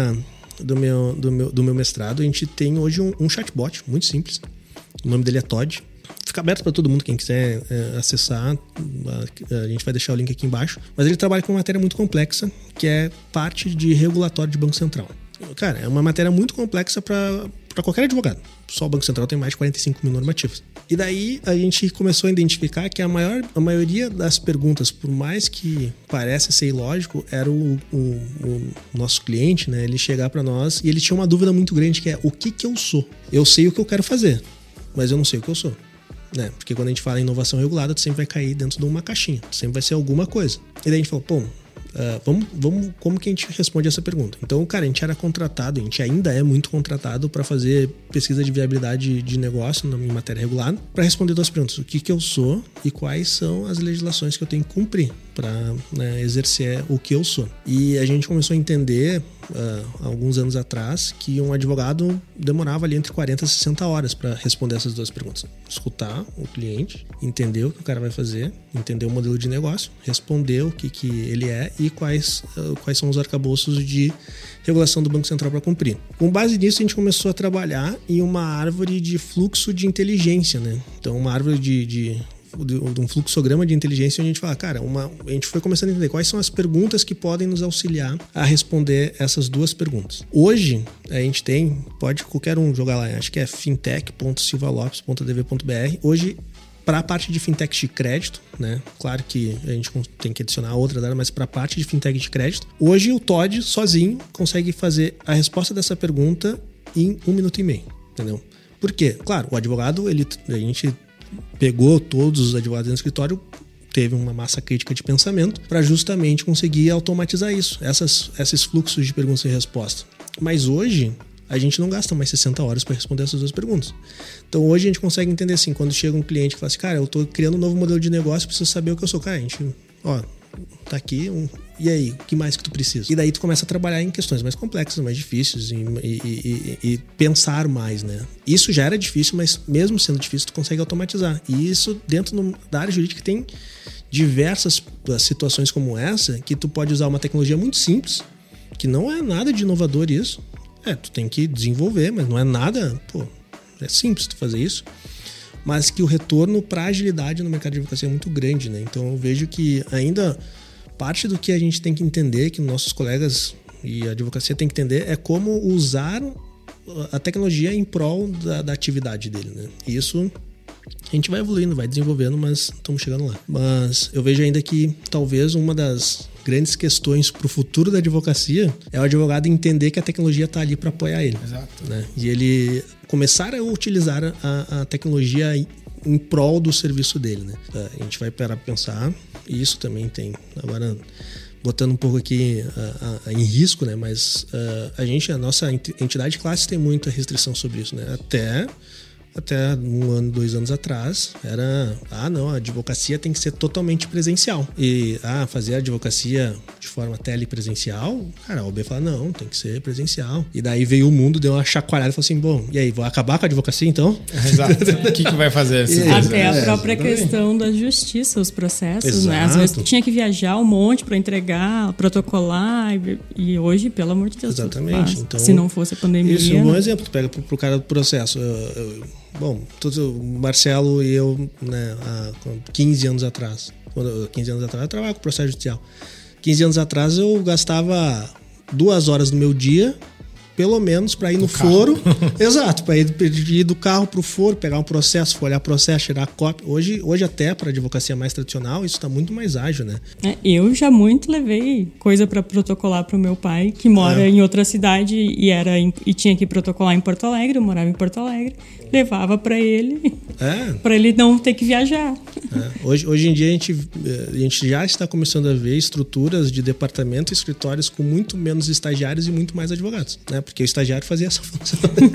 meu mestrado. A gente tem hoje um chatbot muito simples, o nome dele é Todd. Fica aberto para todo mundo, quem quiser acessar, a gente vai deixar o link aqui embaixo. Mas ele trabalha com uma matéria muito complexa, que é parte de regulatório de Banco Central. Cara, é uma matéria muito complexa para qualquer advogado. Só o Banco Central tem mais de 45 mil normativos. E daí a gente começou a identificar que a maioria das perguntas, por mais que pareça ser ilógico, era o nosso cliente, né? Ele chegar para nós e ele tinha uma dúvida muito grande, que é: o que eu sou? Eu sei o que eu quero fazer, mas eu não sei o que eu sou. Né? Porque quando a gente fala em inovação regulada, tu sempre vai cair dentro de uma caixinha, tu sempre vai ser alguma coisa. E daí a gente falou, vamos, como que a gente responde essa pergunta? Então, cara, a gente era contratado, a gente ainda é muito contratado para fazer pesquisa de viabilidade de negócio em matéria regulada, para responder 2 perguntas: o que eu sou e quais são as legislações que eu tenho que cumprir para, né, exercer o que eu sou. E a gente começou a entender alguns anos atrás que um advogado demorava ali entre 40 e 60 horas para responder essas 2 perguntas: escutar o cliente, entender o que o cara vai fazer, entender o modelo de negócio, responder o que ele é e quais são os arcabouços de regulação do Banco Central para cumprir. Com base nisso, a gente começou a trabalhar em uma árvore de fluxo de inteligência, né? Então, uma árvore de um fluxograma de inteligência, onde a gente fala, cara, a gente foi começando a entender quais são as perguntas que podem nos auxiliar a responder essas 2 perguntas. Hoje, a gente pode qualquer um jogar lá, acho que é fintech.silvalopes.dv.br. Hoje, para a parte de fintech de crédito, né? Claro que a gente tem que adicionar outra área, mas para a parte de fintech de crédito, hoje o Todd sozinho consegue fazer a resposta dessa pergunta em 1 minuto e meio, entendeu? Por quê? Claro, o advogado, a gente pegou todos os advogados no escritório, teve uma massa crítica de pensamento para justamente conseguir automatizar isso, esses fluxos de perguntas e respostas. Mas hoje a gente não gasta mais 60 horas para responder essas 2 perguntas. Então hoje a gente consegue entender assim, quando chega um cliente que fala assim, cara, eu estou criando um novo modelo de negócio, preciso saber o que eu sou. Cara, a gente, tá aqui, e aí, o que mais que tu precisa? E daí tu começa a trabalhar em questões mais complexas, mais difíceis e pensar mais, né? Isso já era difícil, mas mesmo sendo difícil, tu consegue automatizar. E isso dentro da área jurídica tem diversas situações como essa, que tu pode usar uma tecnologia muito simples, que não é nada de inovador isso. Tu tem que desenvolver, mas não é nada, é simples tu fazer isso. Mas que o retorno para agilidade no mercado de advocacia é muito grande, né? Então eu vejo que ainda parte do que a gente tem que entender, que nossos colegas e a advocacia tem que entender, é como usar a tecnologia em prol da atividade dele, né? E isso a gente vai evoluindo, vai desenvolvendo, mas estamos chegando lá. Mas eu vejo ainda que talvez uma das grandes questões para o futuro da advocacia é o advogado entender que a tecnologia está ali para apoiar ele. Exato. Né? E ele começar a utilizar a tecnologia em prol do serviço dele, né? A gente vai parar para pensar, e isso também tem, agora botando um pouco aqui em risco, né? Mas a nossa entidade de classe tem muita restrição sobre isso, né? Até Até 1 ano, 2 anos atrás, era... não, a advocacia tem que ser totalmente presencial. E, fazer a advocacia de forma telepresencial, cara, a OAB fala, não, tem que ser presencial. E daí veio o mundo, deu uma chacoalhada e falou assim, bom, e aí, vou acabar com a advocacia, então? Exato. O que vai fazer? Até a própria questão da justiça, os processos, né? Às vezes tinha que viajar um monte para entregar, protocolar, e hoje, pelo amor de Deus, exatamente. Então, se não fosse a pandemia... Isso é um bom exemplo. Tu pega pro cara do processo. Bom, o Marcelo e eu, né, há 15 anos atrás. 15 anos atrás eu trabalhava com processo judicial. 15 anos atrás eu gastava 2 horas do meu dia, pelo menos, para ir no foro. Exato, para ir do carro pro foro, pegar um processo, folhear processo, tirar cópia. Hoje até para advocacia mais tradicional, isso está muito mais ágil, né? Eu já muito levei coisa para protocolar pro meu pai, que mora em outra cidade e tinha que protocolar em Porto Alegre, eu morava em Porto Alegre. Levava para ele não ter que viajar. Hoje em dia a gente já está começando a ver estruturas de departamento e escritórios com muito menos estagiários e muito mais advogados, né? Porque o estagiário fazia essa função.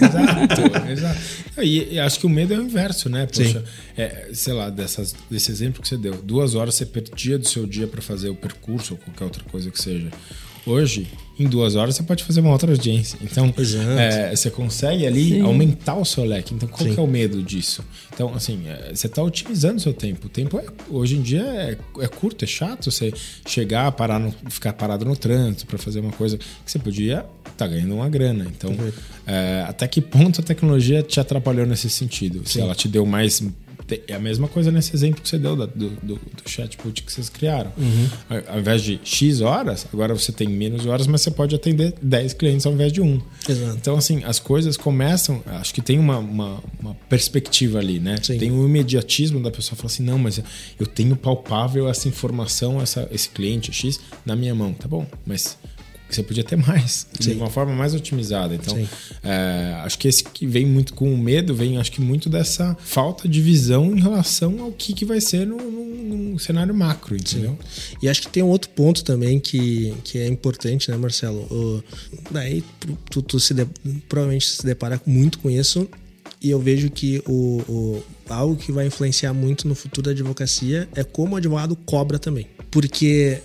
Exato. E acho que o medo é o inverso, né? Poxa, sei lá, desse exemplo que você deu, 2 horas você perdia do seu dia para fazer o percurso ou qualquer outra coisa que seja. Hoje, em 2 horas, você pode fazer uma outra audiência. Então, você consegue ali aumentar o seu leque. Então, qual que é o medo disso? Então, assim, você está otimizando o seu tempo. O tempo, hoje em dia, é curto, é chato você chegar, ficar parado no trânsito para fazer uma coisa que você podia estar ganhando uma grana. Então, até que ponto a tecnologia te atrapalhou nesse sentido? Se ela te deu mais... É a mesma coisa nesse exemplo que você deu do chatbot que vocês criaram. Ao invés de X horas, agora você tem menos horas, mas você pode atender 10 clientes ao invés de 1. Exato. Então, assim, as coisas começam... Acho que tem uma perspectiva ali, né? Sim. Tem um imediatismo da pessoa falar assim, não, mas eu tenho palpável essa informação, esse cliente X na minha mão. Tá bom, mas... você podia ter mais, de uma forma mais otimizada. Então, acho que esse que vem muito com o medo, acho que muito dessa falta de visão em relação ao que vai ser num cenário macro, entendeu? Sim. E acho que tem um outro ponto também que é importante, né, Marcelo? Daí tu provavelmente se depara muito com isso, e eu vejo que algo que vai influenciar muito no futuro da advocacia é como o advogado cobra também. Porque...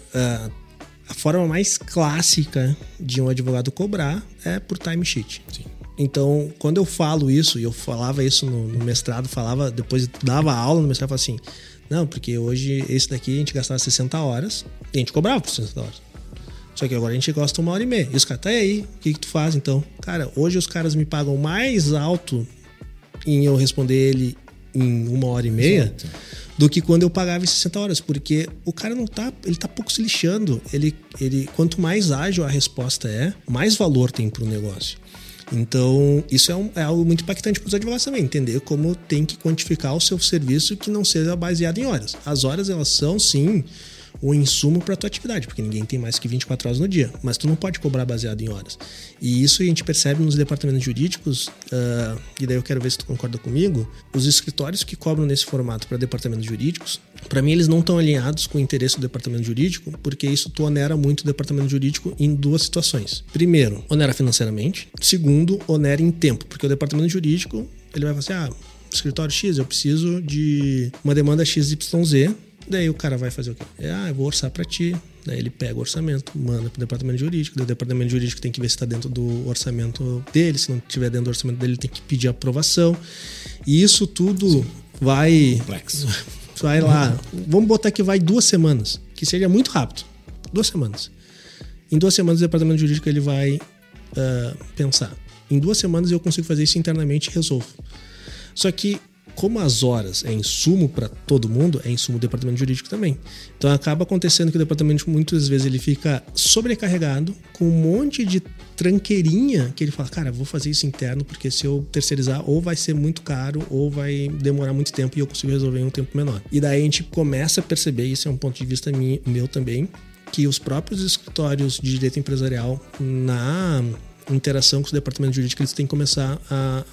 a forma mais clássica de um advogado cobrar é por timesheet. Sim. Então, quando eu falo isso, e eu falava isso no mestrado, depois dava aula no mestrado, falava assim, não, porque hoje esse daqui a gente gastava 60 horas e a gente cobrava por 60 horas. Só que agora a gente gosta 1h30. E os caras, tá aí, o que tu faz então? Cara, hoje os caras me pagam mais alto em eu responder ele em 1h30. Exato. Do que quando eu pagava em 60 horas, porque o cara ele tá pouco se lixando. Ele, quanto mais ágil a resposta mais valor tem pro negócio. Então, isso é algo muito impactante para os advogados também, entender como tem que quantificar o seu serviço que não seja baseado em horas. As horas, elas são, sim, o insumo para a tua atividade, porque ninguém tem mais que 24 horas no dia, mas tu não pode cobrar baseado em horas. E isso a gente percebe nos departamentos jurídicos, e daí eu quero ver se tu concorda comigo, os escritórios que cobram nesse formato para departamentos jurídicos, para mim eles não estão alinhados com o interesse do departamento jurídico, porque isso tu onera muito o departamento jurídico em 2 situações. Primeiro, onera financeiramente. Segundo, onera em tempo, porque o departamento jurídico, ele vai falar assim, escritório X, eu preciso de uma demanda XYZ. Daí o cara vai fazer o quê? Eu vou orçar para ti. Daí ele pega o orçamento, manda pro departamento jurídico. Daí o departamento jurídico tem que ver se está dentro do orçamento dele. Se não estiver dentro do orçamento dele, ele tem que pedir aprovação. E isso tudo vai... complexo. Vai lá. Vamos botar que vai 2 semanas. Que seja muito rápido. 2 semanas. Em 2 semanas o departamento jurídico ele vai pensar. Em 2 semanas eu consigo fazer isso internamente e resolvo. Só que como as horas é insumo para todo mundo, é insumo do departamento jurídico também. Então acaba acontecendo que o departamento muitas vezes ele fica sobrecarregado com um monte de tranqueirinha que ele fala, cara, vou fazer isso interno porque se eu terceirizar ou vai ser muito caro ou vai demorar muito tempo e eu consigo resolver em um tempo menor. E daí a gente começa a perceber, isso é um ponto de vista meu também, que os próprios escritórios de direito empresarial interação com os departamentos jurídicos, eles têm que começar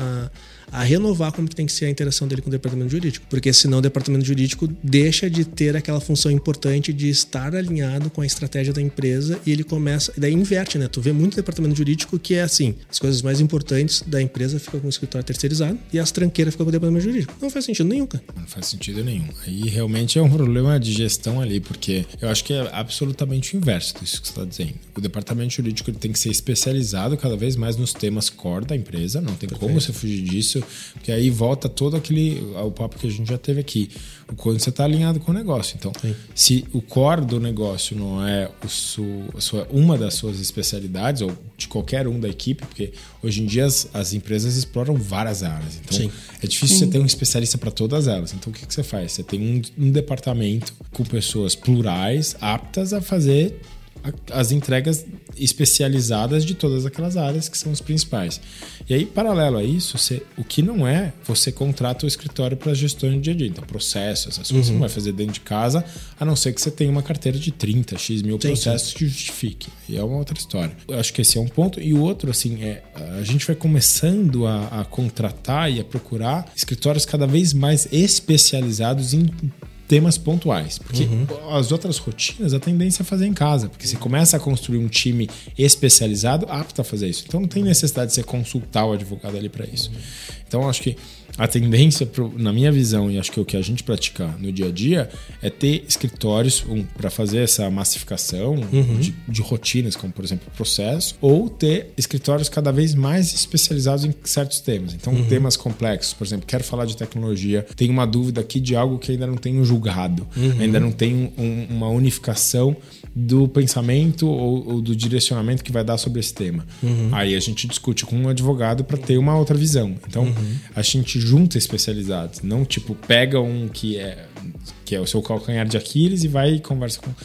a renovar como que tem que ser a interação dele com o departamento jurídico. Porque senão o departamento jurídico deixa de ter aquela função importante de estar alinhado com a estratégia da empresa e ele começa... Daí inverte, né? Tu vê muito departamento jurídico que é assim, as coisas mais importantes da empresa ficam com o escritório terceirizado e as tranqueiras ficam com o departamento jurídico. Não faz sentido nenhum, cara. Não faz sentido nenhum. Aí realmente é um problema de gestão ali, porque eu acho que é absolutamente o inverso disso que você está dizendo. O departamento jurídico ele tem que ser especializado cada vez mais nos temas core da empresa, não tem como você fugir disso, porque aí volta todo o papo que a gente já teve aqui, quando você está alinhado com o negócio. Então, se o core do negócio não é uma das suas especialidades, ou de qualquer um da equipe, porque hoje em dia as empresas exploram várias áreas, então é difícil você ter um especialista para todas elas. Então, o que você faz? Você tem um departamento com pessoas plurais, aptas a fazer as entregas especializadas de todas aquelas áreas que são as principais. E aí, paralelo a isso, o que não é, você contrata o escritório para gestão do dia a dia. Então, processos, essas coisas você não vai fazer dentro de casa, a não ser que você tenha uma carteira de 30, x mil processos que justifique. E é uma outra história. Eu acho que esse é um ponto. E o outro, assim, a gente vai começando a contratar e a procurar escritórios cada vez mais especializados em temas pontuais, porque as outras rotinas a tendência é fazer em casa, porque você começa a construir um time especializado apto a fazer isso, então não tem necessidade de você consultar o advogado ali para isso. Então acho que a tendência, na minha visão, e acho que é o que a gente pratica no dia a dia, é ter escritórios para fazer essa massificação de rotinas, como por exemplo processo, ou ter escritórios cada vez mais especializados em certos temas. Então temas complexos, por exemplo, quero falar de tecnologia, tenho uma dúvida aqui de algo que ainda não tenho julgado, ainda não tenho uma unificação do pensamento ou do direcionamento que vai dar sobre esse tema. Aí a gente discute com um advogado para ter uma outra visão. Então a gente junta especializados, não tipo pega um que é o seu calcanhar de Aquiles e vai e conversa com...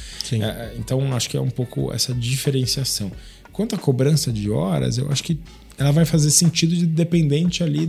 Então acho que é um pouco essa diferenciação. Quanto à cobrança de horas, eu acho que ela vai fazer sentido dependente ali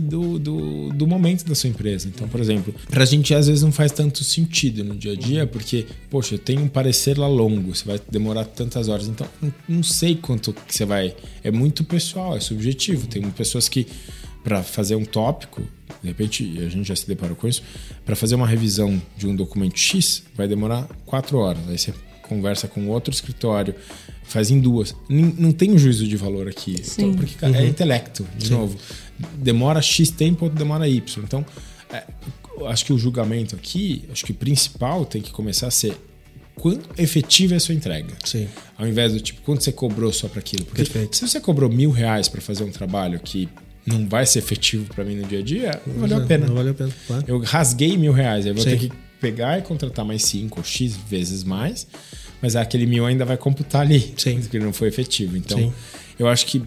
do momento da sua empresa. Então, por exemplo, pra gente às vezes não faz tanto sentido no dia a dia, porque, poxa, eu tenho um parecer lá longo, você vai demorar tantas horas, então não sei quanto que você vai... É muito pessoal, é subjetivo. Tem pessoas que, para fazer um tópico, de repente, a gente já se deparou com isso, para fazer uma revisão de um documento X, vai demorar 4 horas. Aí você conversa com outro escritório, faz em 2. Não tem um juízo de valor aqui. Então, porque é intelecto, de novo. Demora X tempo, outro demora Y. Então, acho que o julgamento aqui, acho que o principal tem que começar a ser quanto efetiva é a sua entrega. Ao invés do tipo, quanto você cobrou só para aquilo. Porque se você cobrou R$1.000 para fazer um trabalho que não vai ser efetivo para mim no dia a dia, não valeu a pena. Não valeu a pena, claro. Eu rasguei R$1.000, aí vou ter que pegar e contratar mais 5 ou X vezes mais, mas aquele 1.000 ainda vai computar ali, porque não foi efetivo. Então, eu acho que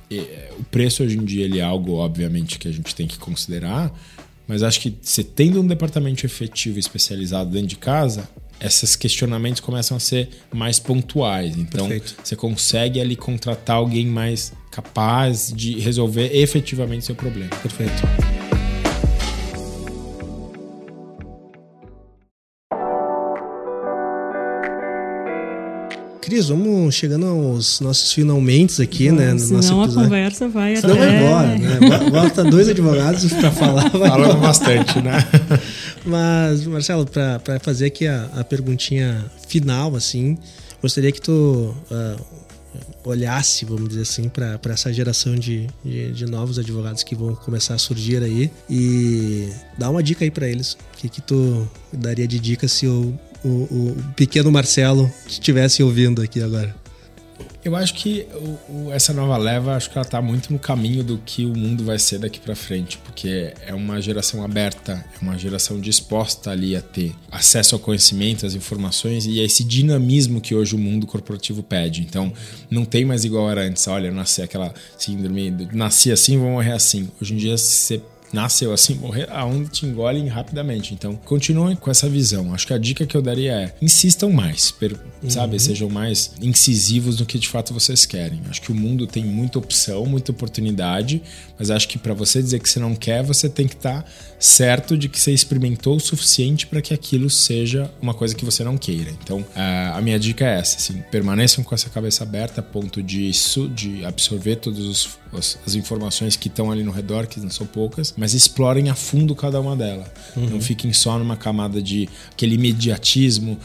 o preço hoje em dia ele é algo, obviamente, que a gente tem que considerar, mas acho que você tendo um departamento efetivo especializado dentro de casa, esses questionamentos começam a ser mais pontuais. Então, você consegue ali contratar alguém mais capaz de resolver efetivamente seu problema. Perfeito. Cris, vamos chegando aos nossos finalmente aqui, né? No senão nosso episódio. A conversa vai senão até... vai embora, né? Bota 2 advogados para falar. Falamos bastante, né? Mas, Marcelo, para fazer aqui a perguntinha final, assim, gostaria que tu olhasse, vamos dizer assim, para essa geração de novos advogados que vão começar a surgir aí e dá uma dica aí para eles. O que tu daria de dica se o pequeno Marcelo estivesse ouvindo aqui agora? Eu acho que essa nova leva, acho que ela está muito no caminho do que o mundo vai ser daqui para frente, porque é uma geração aberta, é uma geração disposta ali a ter acesso ao conhecimento, às informações e a esse dinamismo que hoje o mundo corporativo pede. Então, não tem mais igual era antes. Olha, eu nasci aquela síndrome, nasci assim, vou morrer assim. Hoje em dia, você nasceu assim, morrer, a onda te engole rapidamente. Então, continuem com essa visão. Acho que a dica que eu daria é, insistam mais, sabe? Sejam mais incisivos no que de fato vocês querem. Acho que o mundo tem muita opção, muita oportunidade, mas acho que para você dizer que você não quer, você tem que estar certo de que você experimentou o suficiente para que aquilo seja uma coisa que você não queira. Então, a minha dica é essa, assim, permaneçam com essa cabeça aberta a ponto de absorver todas as informações que estão ali no redor, que não são poucas, mas explorem a fundo cada uma delas. Não fiquem só numa camada de aquele imediatismo,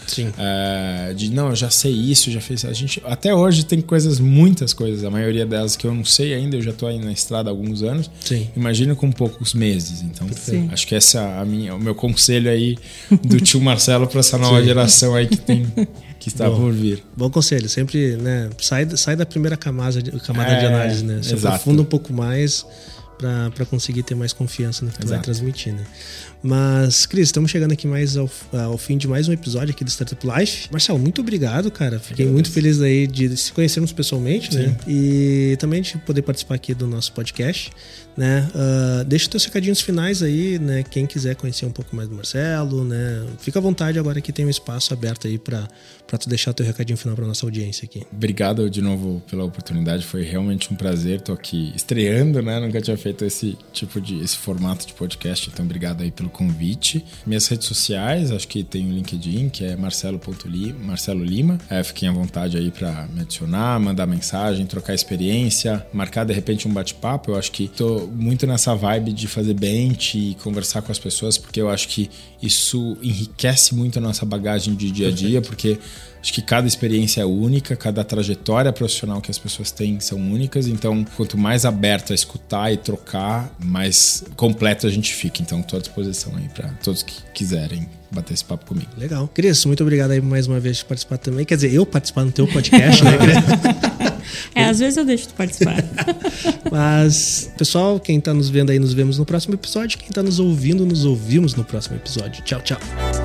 de não, eu já sei isso, já fiz. A gente até hoje tem muitas coisas, a maioria delas que eu não sei ainda, eu já estou aí na estrada há alguns anos. Sim. Imagina com poucos meses. Então, acho que essa é o meu conselho aí do tio Marcelo para essa nova geração aí que está por vir. Bom conselho, sempre, né, sai da primeira camada de análise, né? Se aprofunda um pouco mais para conseguir ter mais confiança no que tu vai transmitir, né? Mas, Cris, estamos chegando aqui mais ao fim de mais um episódio aqui do Startup Life. Marcelo, muito obrigado, cara. Fiquei muito feliz aí de se conhecermos pessoalmente, né? E também de poder participar aqui do nosso podcast, né? Deixa os teus recadinhos finais aí, né? Quem quiser conhecer um pouco mais do Marcelo, né? Fica à vontade agora que tem um espaço aberto aí para tu deixar teu recadinho final para nossa audiência aqui. Obrigado de novo pela oportunidade, foi realmente um prazer. Tô aqui estreando, né? Nunca tinha feito esse formato de podcast, então obrigado aí pelo convite. Minhas redes sociais, acho que tem o LinkedIn, que é Marcelo Lima. Fiquem à vontade aí para me adicionar, mandar mensagem, trocar experiência, marcar de repente um bate-papo. Eu acho que tô muito nessa vibe de fazer bench e conversar com as pessoas, porque eu acho que isso enriquece muito a nossa bagagem de dia a dia, porque acho que cada experiência é única, cada trajetória profissional que as pessoas têm são únicas, então quanto mais aberto a escutar e trocar, mais completo a gente fica. Então estou à disposição aí para todos que quiserem bater esse papo comigo. Legal. Cris, muito obrigado aí mais uma vez por participar também. Quer dizer, eu participar no teu podcast, né, Cris? Às vezes eu deixo tu participar. Mas, pessoal, quem tá nos vendo aí, nos vemos no próximo episódio. Quem tá nos ouvindo, nos ouvimos no próximo episódio. Tchau, tchau.